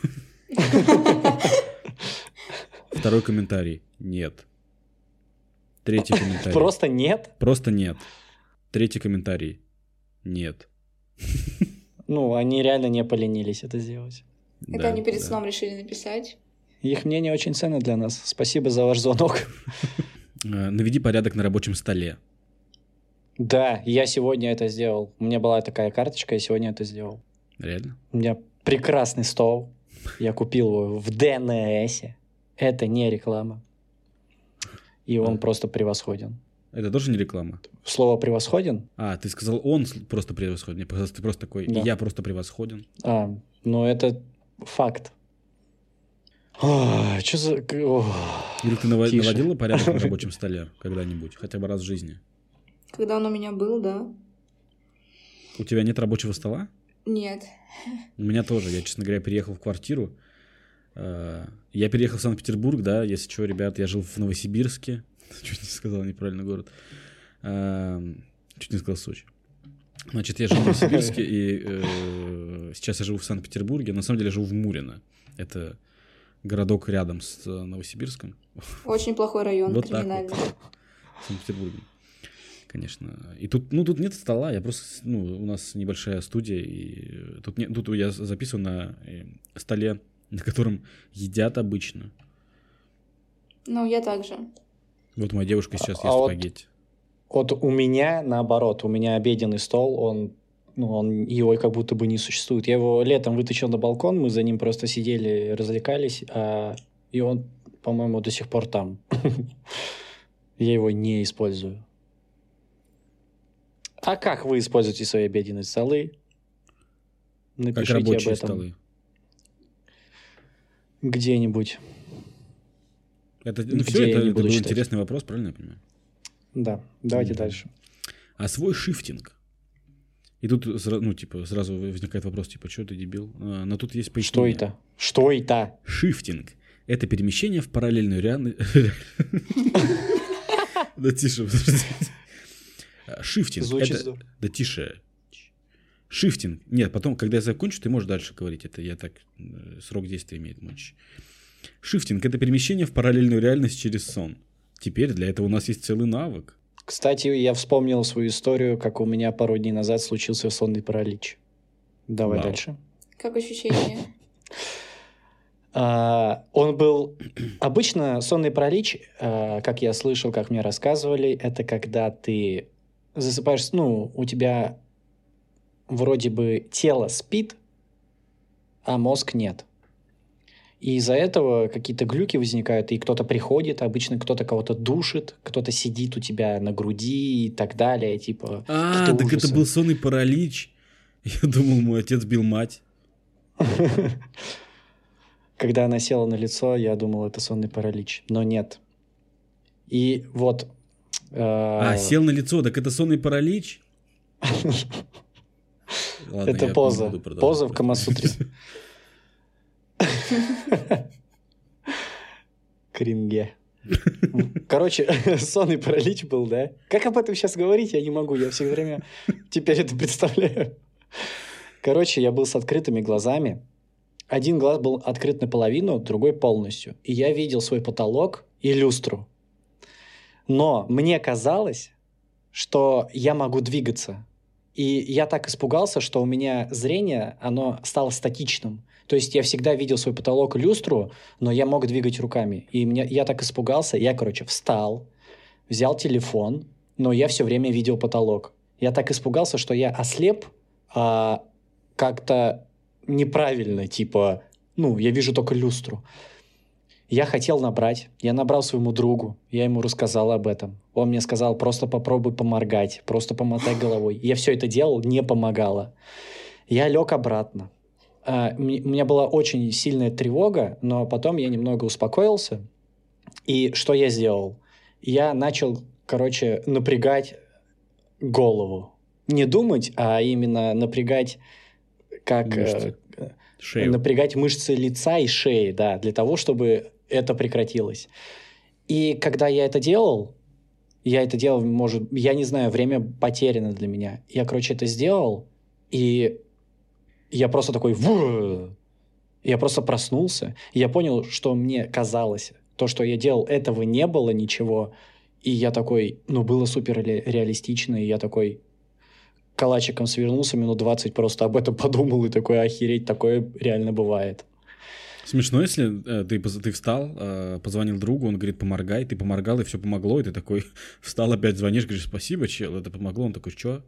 Второй комментарий. Нет. Третий комментарий. Просто нет? Просто нет. Третий комментарий. Нет. Ну, они реально не поленились это сделать. Это они перед сном решили написать. Их мнение очень ценно для нас. Спасибо за ваш звонок. Наведи порядок на рабочем столе. Да, я сегодня это сделал. У меня была такая карточка, я сегодня это сделал. Реально? У меня прекрасный стол. Я купил его в ДНСе. Это не реклама. И он просто превосходен. Это тоже не реклама? Слово «превосходен»? А, ты сказал, он просто превосходен. Мне показалось, ты просто такой, Да. я просто превосходен. Ну это факт. Что за... Или ты Тише. наводила порядок на рабочем столе когда-нибудь? Хотя бы раз в жизни? Когда он у меня был, да. У тебя нет рабочего стола? Нет. У меня тоже. Я, честно говоря, переехал в квартиру. Я переехал в Санкт-Петербург, да, если что, ребят, я жил в Новосибирске. Чуть не сказал неправильно город. Чуть не сказал Сочи. Значит, я жил в Новосибирске, и сейчас я живу в Санкт-Петербурге. На самом деле я живу в Мурино. Это городок рядом с Новосибирском. Очень плохой район, Вот так криминальный. вот. В Санкт-Петербурге. Конечно. И тут, ну, тут нет стола, я просто, ну, у нас небольшая студия, и тут я записываю на столе, на котором едят обычно. Ну, я также. Вот моя девушка сейчас ест вот спагетти. Вот у меня наоборот, у меня обеденный стол, он его как будто бы не существует. Я его летом вытащил на балкон, мы за ним просто сидели, развлекались, и он, по-моему, до сих пор там. Я его не использую. А как вы используете свои обеденные столы? Как Напишите рабочие об этом столы. где-нибудь. Это, Где все, я не это буду был читать. интересный вопрос, правильно я понимаю? Да, давайте дальше. А свой шифтинг. И тут, ну, типа, сразу возникает вопрос, типа, что ты дебил? Но тут есть Что пояснение. это? Что это? Шифтинг – это перемещение в параллельную реальность. Да тише, подожди. Шифтинг. Звучит это... здорово. Да тише. Шифтинг. Нет, потом, когда я закончу, ты можешь дальше говорить. Это я так... Срок действия имеет мощь. Шифтинг – это перемещение в параллельную реальность через сон. Теперь для этого у нас есть целый навык. Кстати, я вспомнил свою историю, как у меня пару дней назад случился сонный паралич. Давай Вау. дальше. Как ощущение? Он был... Обычно сонный паралич, как я слышал, как мне рассказывали, это когда ты засыпаешь, ну, у тебя вроде бы тело спит, а мозг нет. И из-за этого какие-то глюки возникают, и кто-то приходит, обычно кто-то кого-то душит, кто-то сидит у тебя на груди и так далее, типа какие-то так ужасы. это был сонный паралич. Я думал, мой отец бил мать. Когда она села на лицо, я думал, это сонный паралич, но нет. И вот... сел на лицо, так это сонный паралич? Ладно, это я поза. не буду продолжать. Поза в Камасутре. Кринге. Короче, сонный паралич был, да? Как об этом сейчас говорить, я не могу. Я все время теперь это представляю. Короче, я был с открытыми глазами. Один глаз был открыт наполовину, другой полностью. И я видел свой потолок и люстру. Но мне казалось, что я могу двигаться. И я так испугался, что у меня зрение, оно стало статичным. То есть я всегда видел свой потолок и люстру, но я мог двигать руками. И я так испугался, я, встал, взял телефон, но я все время видел потолок. Я так испугался, что я ослеп как-то неправильно, типа, я вижу только люстру. Я хотел набрать, я набрал своему другу, я ему рассказал об этом. Он мне сказал, просто попробуй поморгать, просто помотай головой. Я все это делал, не помогало. Я лег обратно. У меня была очень сильная тревога, но потом я немного успокоился. И что я сделал? Я начал, напрягать голову. Не думать, а именно напрягать напрягать мышцы лица и шеи, да, для того, чтобы это прекратилось. И когда я это делал, может, я не знаю, время потеряно для меня. Я, это сделал, и я просто такой... Я просто проснулся, и я понял, что мне казалось, то, что я делал, этого не было ничего. И я такой, было супер реалистично, и я такой... калачиком свернулся, минут 20 просто об этом подумал, и такой, охереть, такое реально бывает. Смешно, если ты встал, позвонил другу, он говорит, поморгай, ты поморгал, и все помогло, и ты такой встал, опять звонишь, говоришь, спасибо, чел, это помогло, он такой, что?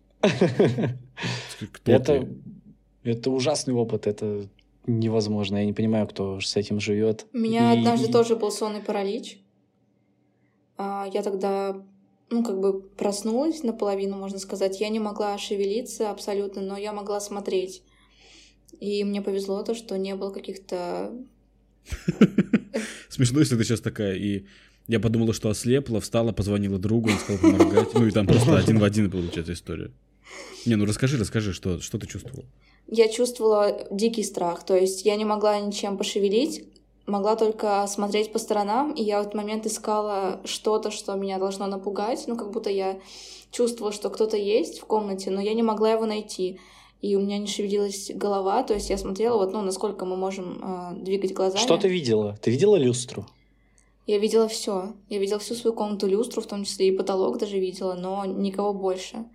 Это ужасный опыт, это невозможно, я не понимаю, кто с этим живет. У меня однажды тоже был сонный паралич. Я тогда... проснулась наполовину, можно сказать. Я не могла шевелиться абсолютно, но я могла смотреть. И мне повезло то, что не было каких-то... Смешно, если ты сейчас такая, и я подумала, что ослепла, встала, позвонила другу, он сказал поморгать. И там просто один в один получается история. Расскажи, что ты чувствовала? Я чувствовала дикий страх, то есть я не могла ничем пошевелить, могла только смотреть по сторонам, и я в этот момент искала что-то, что меня должно напугать, как будто я чувствовала, что кто-то есть в комнате, но я не могла его найти, и у меня не шевелилась голова, то есть я смотрела, насколько мы можем двигать глазами. Что ты видела? Ты видела люстру? Я видела все. Я видела всю свою комнату, люстру, в том числе и потолок даже видела, но никого больше.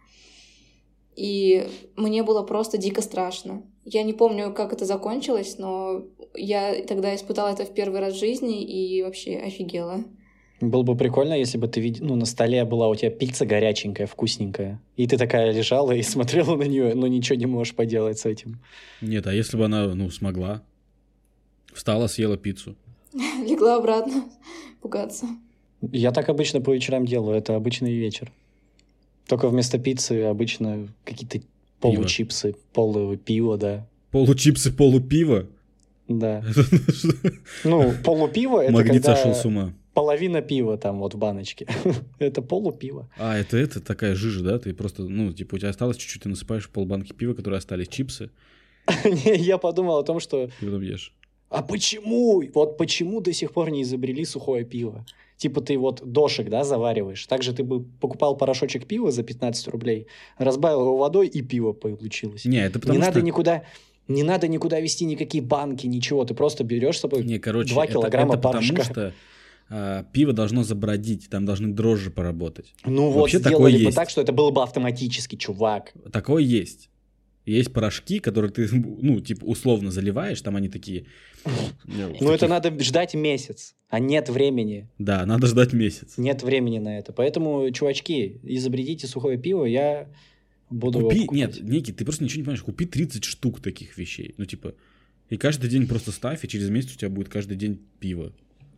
И мне было просто дико страшно. Я не помню, как это закончилось, но я тогда испытала это в первый раз в жизни и вообще офигела. Было бы прикольно, если бы ты видела, на столе была у тебя пицца горяченькая, вкусненькая, и ты такая лежала и смотрела на нее, но ничего не можешь поделать с этим. Нет, а если бы она, смогла? Встала, съела пиццу. Легла обратно пугаться. Я так обычно по вечерам делаю, это обычный вечер. Только вместо пиццы обычно какие-то получипсы, полупиво, да. Получипсы, полупиво? Да. Полупиво — это Магнит когда сошел с ума. Половина пива там в баночке. Это полупиво. Это такая жижа, да? Ты просто, у тебя осталось чуть-чуть, ты насыпаешь полбанки пива, которые остались, чипсы. Я подумал о том, что... И потом ешь. А почему? Вот почему до сих пор не изобрели сухое пиво? Типа ты дошик, да, завариваешь. Также ты бы покупал порошочек пива за 15 рублей, разбавил его водой, и пиво получилось. Не, это потому Не надо никуда везти никакие банки, ничего. Ты просто берешь с собой 2 килограмма порошка. Потому что пиво должно забродить, там должны дрожжи поработать. Вообще сделали бы так, что это было бы автоматически, чувак. Такое есть. Есть порошки, которые ты, условно заливаешь, там они такие... Это надо ждать месяц, а нет времени. Да, надо ждать месяц. Нет времени на это. Поэтому, чувачки, изобретите сухое пиво, я буду его покупать. Нет, Никит, ты просто ничего не понимаешь. Купи 30 штук таких вещей. И каждый день просто ставь, и через месяц у тебя будет каждый день пиво.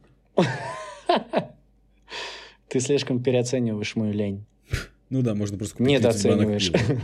Ты слишком переоцениваешь мою лень. Ну да, можно просто купить 30 банок Недооцениваешь. пива.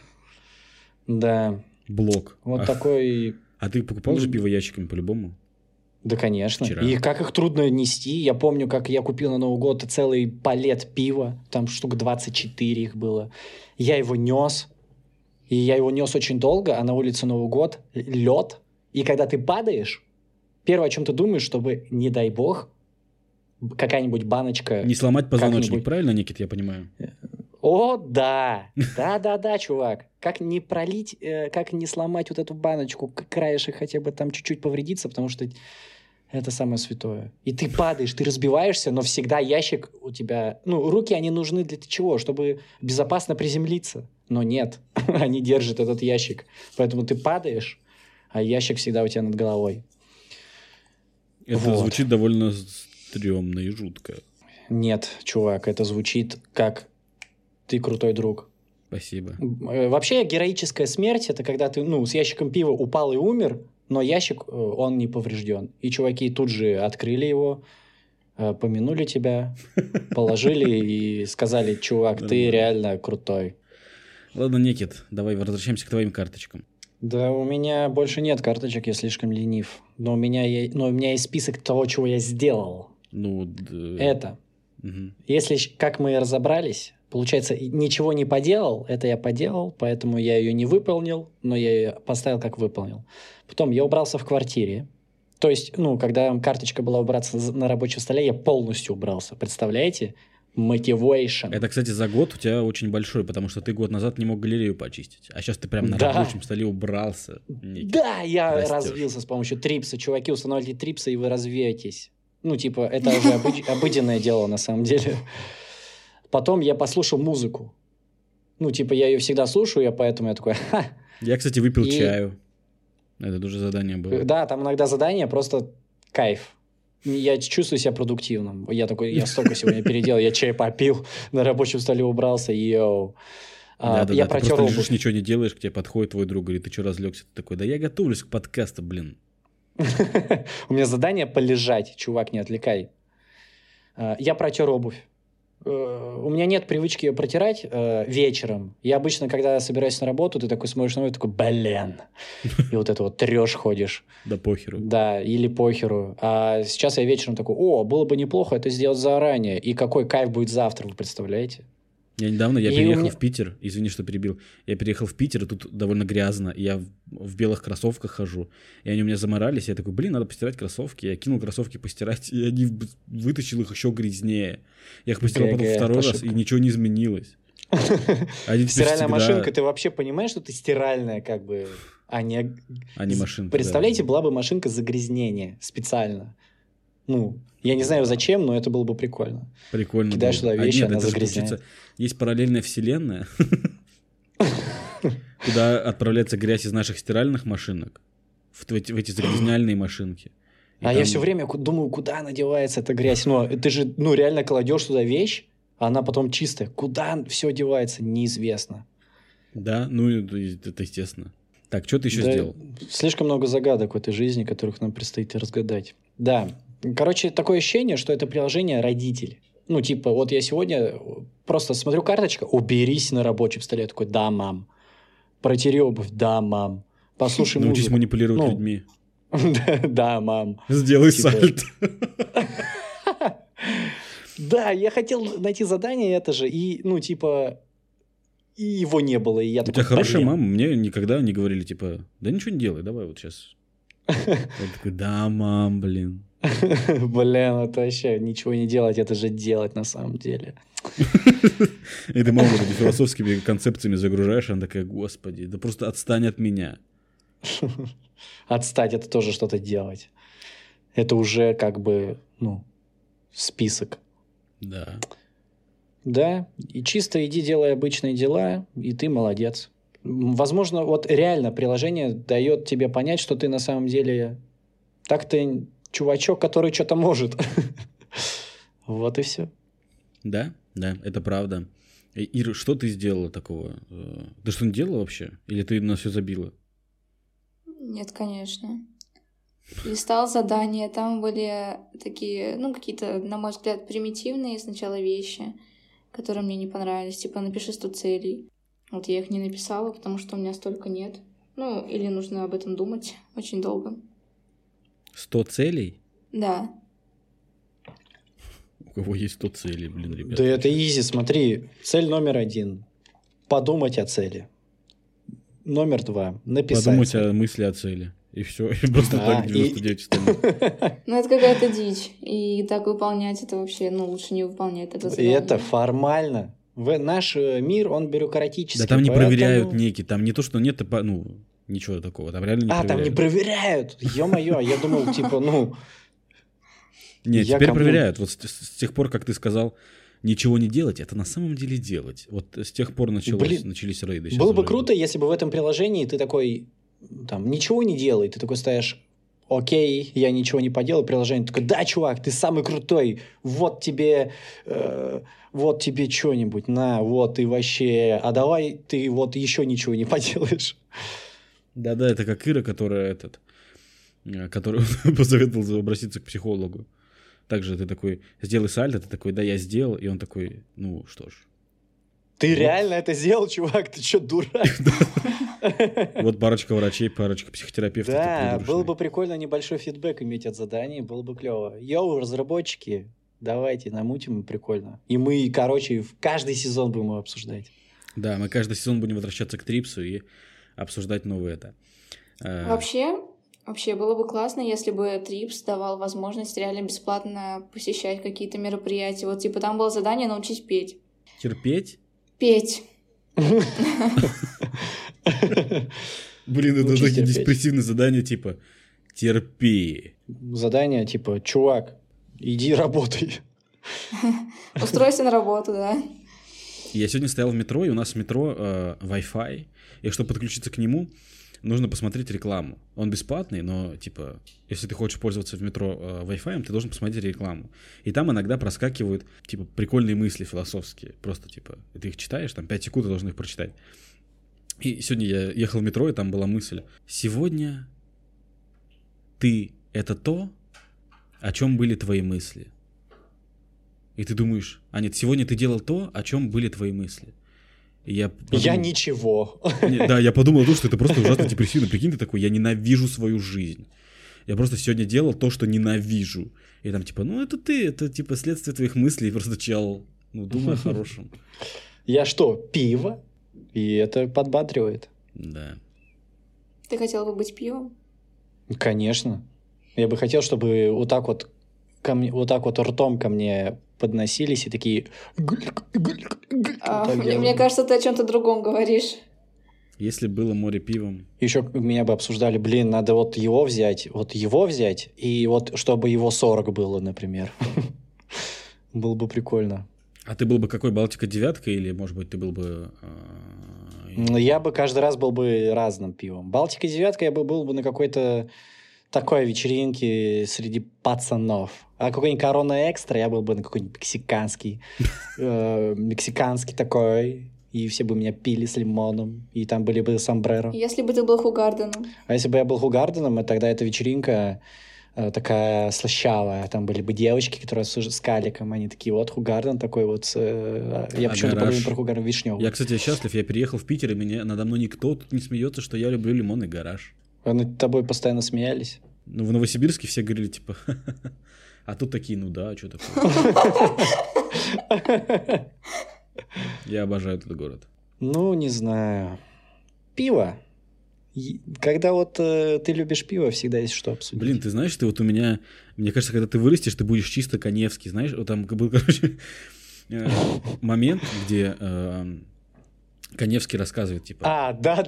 Да. Блок. Вот такой... А ты покупал же пиво ящиками по-любому? Да, конечно. Вчера. И как их трудно нести. Я помню, как я купил на Новый год целый палет пива. Там штук 24 их было. Я его нес. И я его нес очень долго, а на улице Новый год лед. И когда ты падаешь, первое, о чем ты думаешь, чтобы, не дай бог, какая-нибудь баночка... Не сломать позвоночник, как-нибудь- правильно, Никит, я понимаю? О, да! Да-да-да, чувак. Как не пролить, как не сломать вот эту баночку, краешек хотя бы там чуть-чуть повредиться, потому что это самое святое. И ты падаешь, ты разбиваешься, но всегда ящик у тебя... Ну, руки, они нужны для чего? Чтобы безопасно приземлиться. Но нет, они держат этот ящик. Поэтому ты падаешь, а ящик всегда у тебя над головой. Это Вот. звучит довольно стрёмно и жутко. Нет, чувак, это звучит как ты крутой друг. Спасибо. Вообще героическая смерть — это когда ты, с ящиком пива упал и умер, но ящик, он не поврежден. И чуваки тут же открыли его, помянули тебя, положили и сказали: чувак, ты Нормально. реально крутой. Ладно, Никит, давай возвращаемся к твоим карточкам. Да, у меня больше нет карточек, я слишком ленив. Но у меня есть список того, чего я сделал. Ну, Это. Мгм. Если, как мы и разобрались, получается, ничего не поделал, это я поделал, поэтому я ее не выполнил, но я ее поставил как выполнил. Потом я убрался в квартире. То есть, когда карточка была убраться на рабочем столе, я полностью убрался. Представляете? Motivation. Это, кстати, за год у тебя очень большой, потому что ты год назад не мог галерею почистить. А сейчас ты прям на Да. рабочем столе убрался. Никит. Да, я Растёшь. развился с помощью трипса. Чуваки, устанавливайте трипсы, и вы развеетесь. Это уже обыденное дело на самом деле. Потом я послушал музыку. Я ее всегда слушаю, поэтому я такой: ха. Я, кстати, выпил И- чаю. Это тоже задание было. Да, там иногда задание просто кайф. Я чувствую себя продуктивным. Я такой: я столько сегодня переделал, я чай попил, на рабочем столе убрался, йоу. Да-да-да, Я ты протер просто обувь. лежишь, ничего не делаешь, к тебе подходит твой друг, говорит: ты что, разлегся? Ты такой: да я готовлюсь к подкасту, блин. У меня задание полежать, чувак, не отвлекай. Я протер обувь. У меня нет привычки ее протирать вечером. Я обычно, когда собираюсь на работу, ты такой смотришь на меня, такой: блин. И вот это вот трешь, ходишь. Да похеру. Да, или похеру. А сейчас я вечером такой: было бы неплохо это сделать заранее. И какой кайф будет завтра, вы представляете? Я недавно, я И переехал у меня- в Питер, извини, что перебил. Я переехал в Питер, и тут довольно грязно, и я в белых кроссовках хожу. И они у меня заморались, и я такой: блин, надо постирать кроссовки. Я кинул кроссовки постирать, и они вытащил их еще грязнее. Я их постирал потом второй раз, ошибка. и ничего не изменилось. Они теперь Стиральная всегда- машинка, ты вообще понимаешь, что ты стиральная, как бы, а не... А не машинка, Представляете, да. была бы машинка загрязнения специально. Я не знаю зачем, но это было бы прикольно. Прикольно. Кидаешь было. туда вещи, нет, она это же, загрязняет. получается, есть параллельная вселенная, куда отправляется грязь из наших стиральных машинок в эти загрязняльные машинки. И Я там- все время думаю, куда она девается, эта грязь. Но ты же, реально кладешь туда вещь, а она потом чистая. Куда все девается, неизвестно. Да, это естественно. Так, что ты еще Да, сделал? Слишком много загадок в этой жизни, которых нам предстоит разгадать. Да. Короче, такое ощущение, что это приложение родитель. Вот я сегодня просто смотрю карточка: уберись на рабочем столе. Я такой: да, мам. Протери обувь: да, мам. Послушай Научись музыку. манипулировать людьми. Да, мам. Сделай Типа- сальто. Да, я хотел найти задание это же, и и его не было. И я У такой: тебя хорошая блин. мама, мне никогда не говорили, типа: да ничего не делай, давай вот сейчас. Я такой: да, мам, блин. Блин, это вообще ничего не делать, это же делать на самом деле. И ты маму вот этими философскими концепциями загружаешь, она такая: господи, да просто отстань от меня. Отстать — это тоже что-то делать. Это уже как бы, список. Да. Да, и чисто иди делай обычные дела, и ты молодец. Возможно, вот реально приложение дает тебе понять, что ты на самом деле так-то чувачок, который что-то может. Вот и все. Да, это правда. Ир, что ты сделала такого? Ты что-нибудь делала вообще? Или ты на все забила? Нет, конечно. листал задания, там были такие, ну, какие-то, на мой взгляд, примитивные сначала вещи, которые мне не понравились. Типа, напиши 100 целей. Вот я их не написала, потому что у меня столько нет. Ну, или нужно об этом думать очень долго. 100 целей? Да. У кого есть 100 целей, блин, ребята? Да это изи, смотри. Цель номер 1. Подумать о цели. Номер 2. Написать. Подумать о мысли о цели. И все. И просто Да, так 99 остальных. Ну, это какая-то дичь. И так выполнять это вообще, ну, лучше не выполнять это И задание. это формально. Наш мир, он бюрократический. Да там не поэтому- проверяют некий. Там не то, что нет, ну, ничего такого. Там реально не проверяют. там не проверяют. Ё-моё, я думал, типа, ну... Нет, Я теперь кому- проверяют. Вот с тех пор, как ты сказал, ничего не делать, это на самом деле делать. Вот с тех пор начались рейды. Сейчас Было бы вроде круто, если бы в этом приложении ты такой, там, ничего не делай. Ты такой ставишь, окей, я ничего не поделал. Приложение такое, да, чувак, ты самый крутой. Вот тебе что-нибудь, на, вот, ты вообще... А давай ты вот еще ничего не поделаешь. Да-да, это как Ира, который посоветовал обратиться к психологу. Также ты такой, сделай сальто, ты такой, да, я сделал. И он такой, ну, что ж. Ты Вот. реально это сделал, чувак? Ты что, дурак? Вот парочка врачей, парочка психотерапевтов. Да, было бы прикольно небольшой фидбэк иметь от заданий, было бы клево. Йоу, разработчики, давайте намутим, прикольно. И мы, короче, в каждый сезон будем его обсуждать. Да, мы каждый сезон будем возвращаться к Трипсу и обсуждать новое это. Вообще было бы классно, если бы Трипс давал возможность реально бесплатно посещать какие-то мероприятия. Вот типа там было задание научись петь. Терпеть? Петь. Блин, это Научись такие терпеть. депрессивные задания, типа терпи. Задание типа, чувак, иди работай. Устройся на работу, да. Я сегодня стоял в метро, и у нас в метро Wi-Fi, и чтобы подключиться к нему, нужно посмотреть рекламу. Он бесплатный, но, типа, если ты хочешь пользоваться в метро Wi-Fi, ты должен посмотреть рекламу. И там иногда проскакивают, типа, прикольные мысли философские. Просто, типа, ты их читаешь, там 5 секунд ты должен их прочитать. И сегодня я ехал в метро, и там была мысль. Сегодня ты — это то, о чем были твои мысли. И ты думаешь, а нет, сегодня ты делал то, о чем были твои мысли. И я ничего. Да, я подумал о том, что это просто ужасно депрессивно. Прикинь, ты такой, я ненавижу свою жизнь. Я просто сегодня делал то, что ненавижу. И там типа, ну это ты, это типа следствие твоих мыслей, просто чел, ну думай о хорошем. Я что, пиво? И это подбадривает. Да. Ты хотел бы быть пивом? Конечно. Я бы хотел, чтобы вот так вот ртом ко мне подносились и такие... Мне кажется, ты о чем-то другом говоришь. Если было море пивом. Еще меня бы обсуждали, блин, надо вот его взять, и вот чтобы его 40 было, например. Было бы прикольно. А ты был бы какой, Балтика девятка, или, может быть, ты был бы... Я бы каждый раз был бы разным пивом. Балтика девятка я бы был бы на какой-то такой вечеринке среди пацанов. А какой-нибудь Корона Экстра я был бы на какой-нибудь мексиканский такой. И все бы меня пили с лимоном. И там были бы сомбреро. Если бы ты был Хугарденом. А если бы я был Хугарденом, тогда эта вечеринка такая слащавая. Там были бы девочки, которые с каликом. Они такие, вот Хугарден такой вот. Я почему-то подумал про Хугарден Вишневый. Я, кстати, счастлив. Я переехал в Питер, и надо мной никто тут не смеется, что я люблю лимонный гараж. А над тобой постоянно смеялись? Ну, в Новосибирске все говорили, типа... А тут такие, ну да, что такое? Я обожаю этот город. Ну, не знаю. Пиво. Когда вот ты любишь пиво, всегда есть что обсудить. Блин, ты знаешь, ты вот у меня... Мне кажется, когда ты вырастешь, ты будешь чисто Каневский. Знаешь, вот там был, короче, момент, где Каневский рассказывает, типа... Да,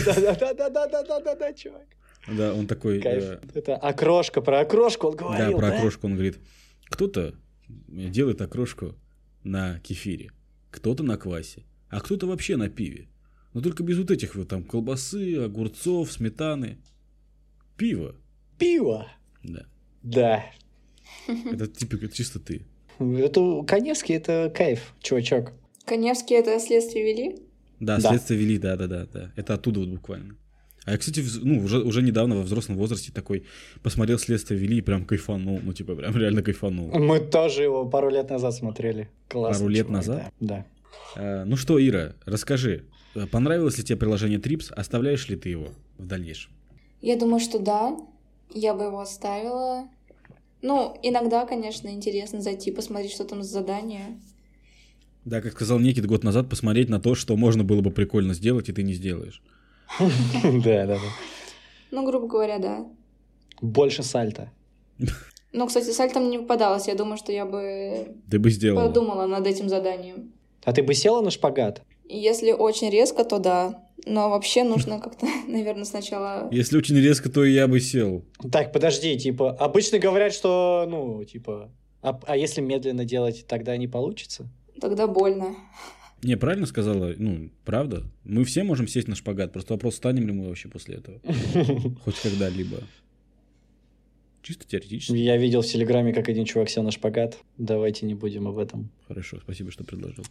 чувак. Да, он такой... Кайф. Это окрошка, про окрошку он говорил, да? Про окрошку он говорит. Кто-то делает окрошку на кефире, кто-то на квасе, а кто-то вообще на пиве. Но только без вот этих вот там колбасы, огурцов, сметаны. Пиво. Пиво? Да. Да. Это типа чисто ты. Это Каневский, это кайф, чувачок. Каневский — это следствие вели? Да, следствие вели, да. Это оттуда вот буквально. А я, кстати, уже недавно во взрослом возрасте такой посмотрел «Следствие вели» и прям кайфанул. Ну, типа, прям реально кайфанул. Мы тоже его пару лет назад смотрели. Классно. Пару лет назад? Да. Ну что, Ира, расскажи, понравилось ли тебе приложение Trips? Оставляешь ли ты его в дальнейшем? Я думаю, что да. Я бы его оставила. Ну, иногда, конечно, интересно зайти, посмотреть, что там за задание. Да, как сказал Никит год назад, посмотреть на то, что можно было бы прикольно сделать, и ты не сделаешь. Да. Ну, грубо говоря, да. Больше сальто. Ну, кстати, сальто мне не попадалось. Я думаю, что я бы Ты бы сделала. подумала над этим заданием. А ты бы села на шпагат? Если очень резко, то да. Но вообще нужно как-то, наверное, сначала... Если очень резко, то и я бы сел. Так, подожди, типа, обычно говорят, что, ну, типа, а если медленно делать, тогда не получится? Тогда больно. Не, правильно сказала? Ну, правда. Мы все можем сесть на шпагат. Просто вопрос, станем ли мы вообще после этого. Хоть когда-либо. Чисто теоретически. Я видел в Телеграме, как один чувак сел на шпагат. Давайте не будем об этом. Хорошо, спасибо, что предложил.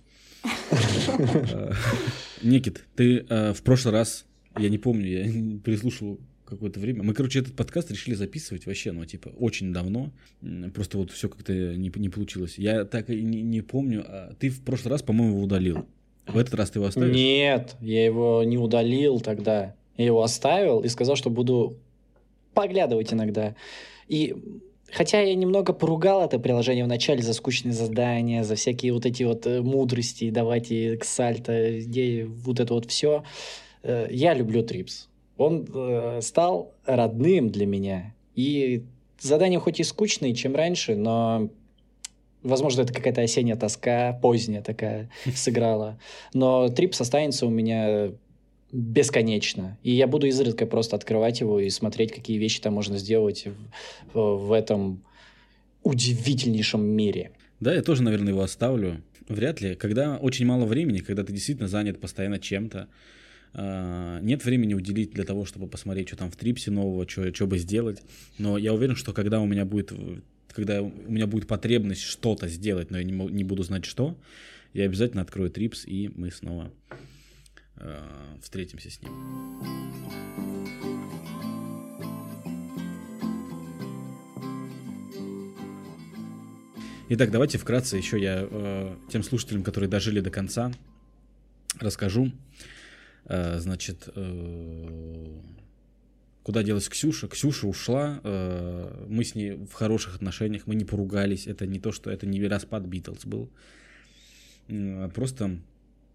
Никит, ты в прошлый раз, я не помню, я переслушал какое-то время. Мы, короче, этот подкаст решили записывать вообще, ну, типа, очень давно. Просто вот все как-то не получилось. Я так и не помню. Ты в прошлый раз, по-моему, его удалил. В этот раз ты его оставишь? Нет, я его не удалил тогда. Я его оставил и сказал, что буду поглядывать иногда. И хотя я немного поругал это приложение вначале за скучные задания, за всякие вот эти вот мудрости, давайте к сальто, где вот это вот все, я люблю Trips. Он стал родным для меня. И задания хоть и скучные, чем раньше, но, возможно, это какая-то осенняя тоска, поздняя такая сыграла. Но Trips останется у меня бесконечно. И я буду изредка просто открывать его и смотреть, какие вещи там можно сделать в этом удивительнейшем мире. Да, я тоже, наверное, его оставлю. Вряд ли. Когда очень мало времени, когда ты действительно занят постоянно чем-то, нет времени уделить для того, чтобы посмотреть, что там в Трипсе нового, что бы сделать. Но я уверен, что когда у меня будет потребность что-то сделать, но я не буду знать что, я обязательно открою Трипс, и мы снова встретимся с ним. Итак, давайте вкратце еще я тем слушателям, которые дожили до конца, расскажу. Значит, куда делась Ксюша? Ксюша ушла, мы с ней в хороших отношениях, мы не поругались, это не то, что это не распад Битлз был. Просто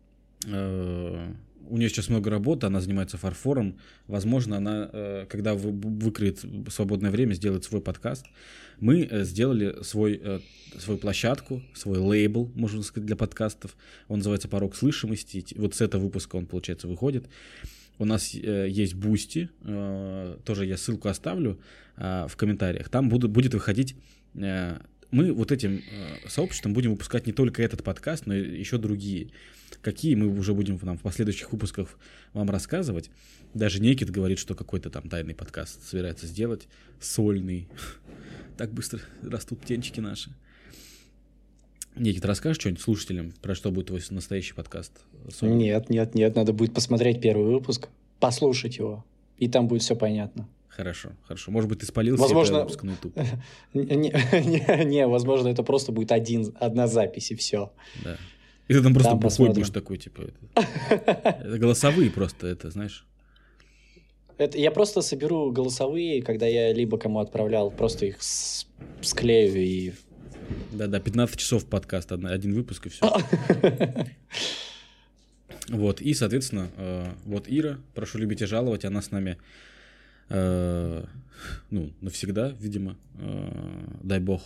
у нее сейчас много работы, она занимается фарфором. Возможно, она, когда выкроет свободное время, сделает свой подкаст. Мы сделали свою площадку, свой лейбл, можно сказать, для подкастов. Он называется «Порог слышимости». Вот с этого выпуска он, получается, выходит. У нас есть Boosty, тоже я ссылку оставлю в комментариях. Там будет выходить... Мы вот этим сообществом будем выпускать не только этот подкаст, но и еще другие. Какие мы уже будем в последующих выпусках вам рассказывать. Даже Никит говорит, что какой-то там тайный подкаст собирается сделать, сольный. Так быстро растут птенчики наши. Никит, расскажешь что-нибудь слушателям, про что будет твой настоящий подкаст? Сольный? Нет, надо будет посмотреть первый выпуск, послушать его, и там будет все понятно. Хорошо. Может быть, ты спалился, возможно, выпуск на YouTube. Не, возможно, это просто будет одна запись, и все. Да. И ты там просто бухой будешь такой, типа... Это голосовые просто, это, знаешь... Я просто соберу голосовые, когда я либо кому отправлял, просто их склею и... Да, 15 часов подкаст, один выпуск, и все. Вот, и, соответственно, вот Ира, прошу любить и жаловать, она с нами... навсегда, видимо, дай бог.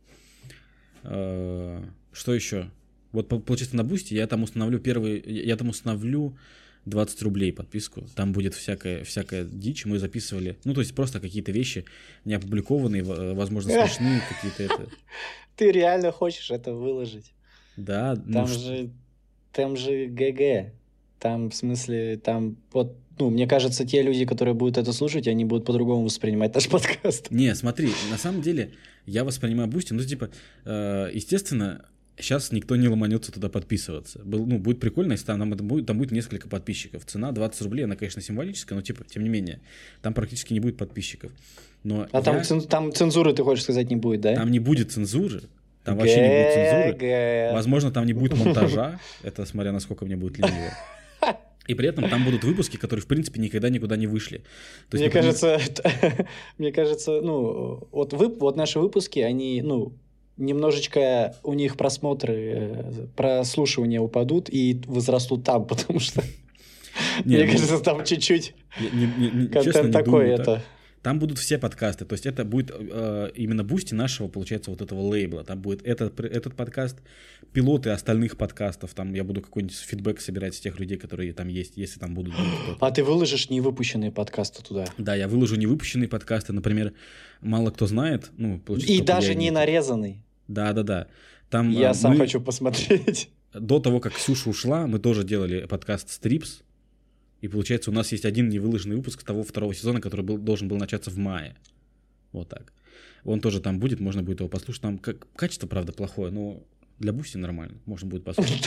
Что еще? Вот, получается, на Бусти я там установлю 20 рублей подписку. Там будет всякая дичь. Мы записывали, то есть просто какие-то вещи не опубликованные, возможно, смешные какие-то это. Ты реально хочешь это выложить? Да. Там же ГГ. Там, в смысле, вот, мне кажется, те люди, которые будут это слушать, они будут по-другому воспринимать наш подкаст. Не, смотри, на самом деле, я воспринимаю Boosty, естественно, сейчас никто не ломанется туда подписываться. Будет прикольно, если там будет несколько подписчиков. Цена 20 рублей, она, конечно, символическая, но тем не менее, там практически не будет подписчиков. Но там цензуры, ты хочешь сказать, не будет, да? Там не будет цензуры. Там вообще не будет цензуры. Возможно, там не будет монтажа. Это смотря насколько мне будет лениво. И при этом там будут выпуски, которые, в принципе, никогда никуда не вышли. То есть, мне кажется, вот наши выпуски, они, немножечко у них просмотры, прослушивания упадут и возрастут там, потому что, мне кажется, там чуть-чуть контент такой это... Там будут все подкасты, то есть это будет именно бусти нашего, получается, вот этого лейбла. Там будет этот подкаст, пилоты остальных подкастов, там я буду какой-нибудь фидбэк собирать с тех людей, которые там есть, если там будут кто-то. А ты выложишь невыпущенные подкасты туда? Да, я выложу невыпущенные подкасты, например, мало кто знает. И даже не нарезанный? Да. Там, я сам хочу посмотреть. До того, как Ксюша ушла, мы тоже делали подкаст «Стрипс». И получается, у нас есть один невыложенный выпуск того второго сезона, который должен был начаться в мае. Вот так. Он тоже там будет, можно будет его послушать. Там качество, правда, плохое, но для Бусти нормально. Можно будет послушать.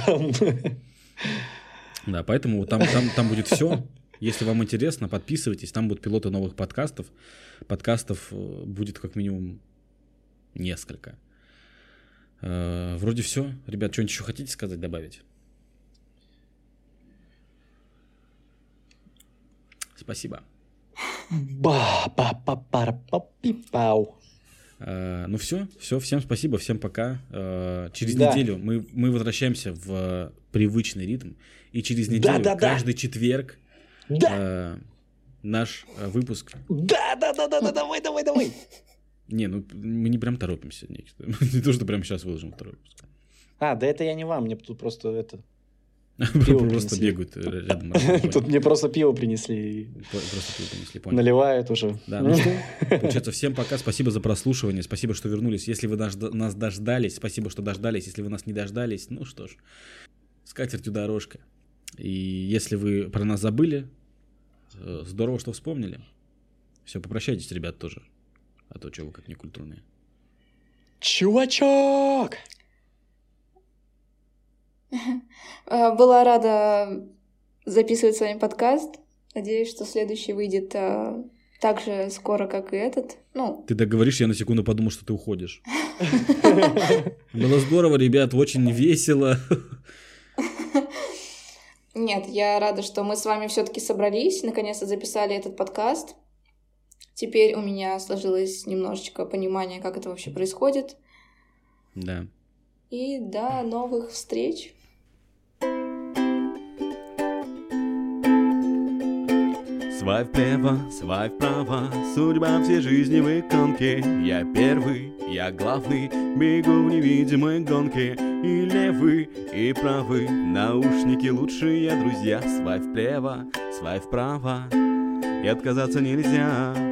Да, поэтому там будет все. Если вам интересно, подписывайтесь. Там будут пилоты новых подкастов. Подкастов будет как минимум несколько. Вроде все. Ребят, что-нибудь еще хотите сказать, добавить? Спасибо. Ну все, всем спасибо, всем пока. Через неделю мы возвращаемся в привычный ритм. И через неделю, каждый четверг, наш выпуск. Давай. Не, мы не прям торопимся. Не то, что прямо сейчас выложим второй выпуск. Да это я не вам, мне тут просто это... Просто бегают рядом. Тут мне просто пиво принесли. Понял. Наливают уже. Да, ну что, получается, всем пока. Спасибо за прослушивание. Спасибо, что вернулись. Если вы нас дождались, спасибо, что дождались. Если вы нас не дождались, ну что ж, с катертью дорожка. И если вы про нас забыли, здорово, что вспомнили. Все, попрощайтесь, ребят, тоже. А то что вы как некультурные. Чувачок! Была рада записывать с вами подкаст. Надеюсь, что следующий выйдет так же скоро, как и этот. Ты так говоришь, я на секунду подумал, что ты уходишь. Было здорово, ребят, очень весело. Нет, я рада, что мы с вами все-таки собрались, наконец-то записали этот подкаст. Теперь у меня сложилось немножечко понимание, как это вообще происходит. Да. И до новых встреч. Свайп влево, свайп вправо, судьба всей жизни в иконке. Я первый, я главный, бегу в невидимой гонке. И левый, и правый, наушники лучшие друзья. Свайп влево, свайп вправо, и отказаться нельзя.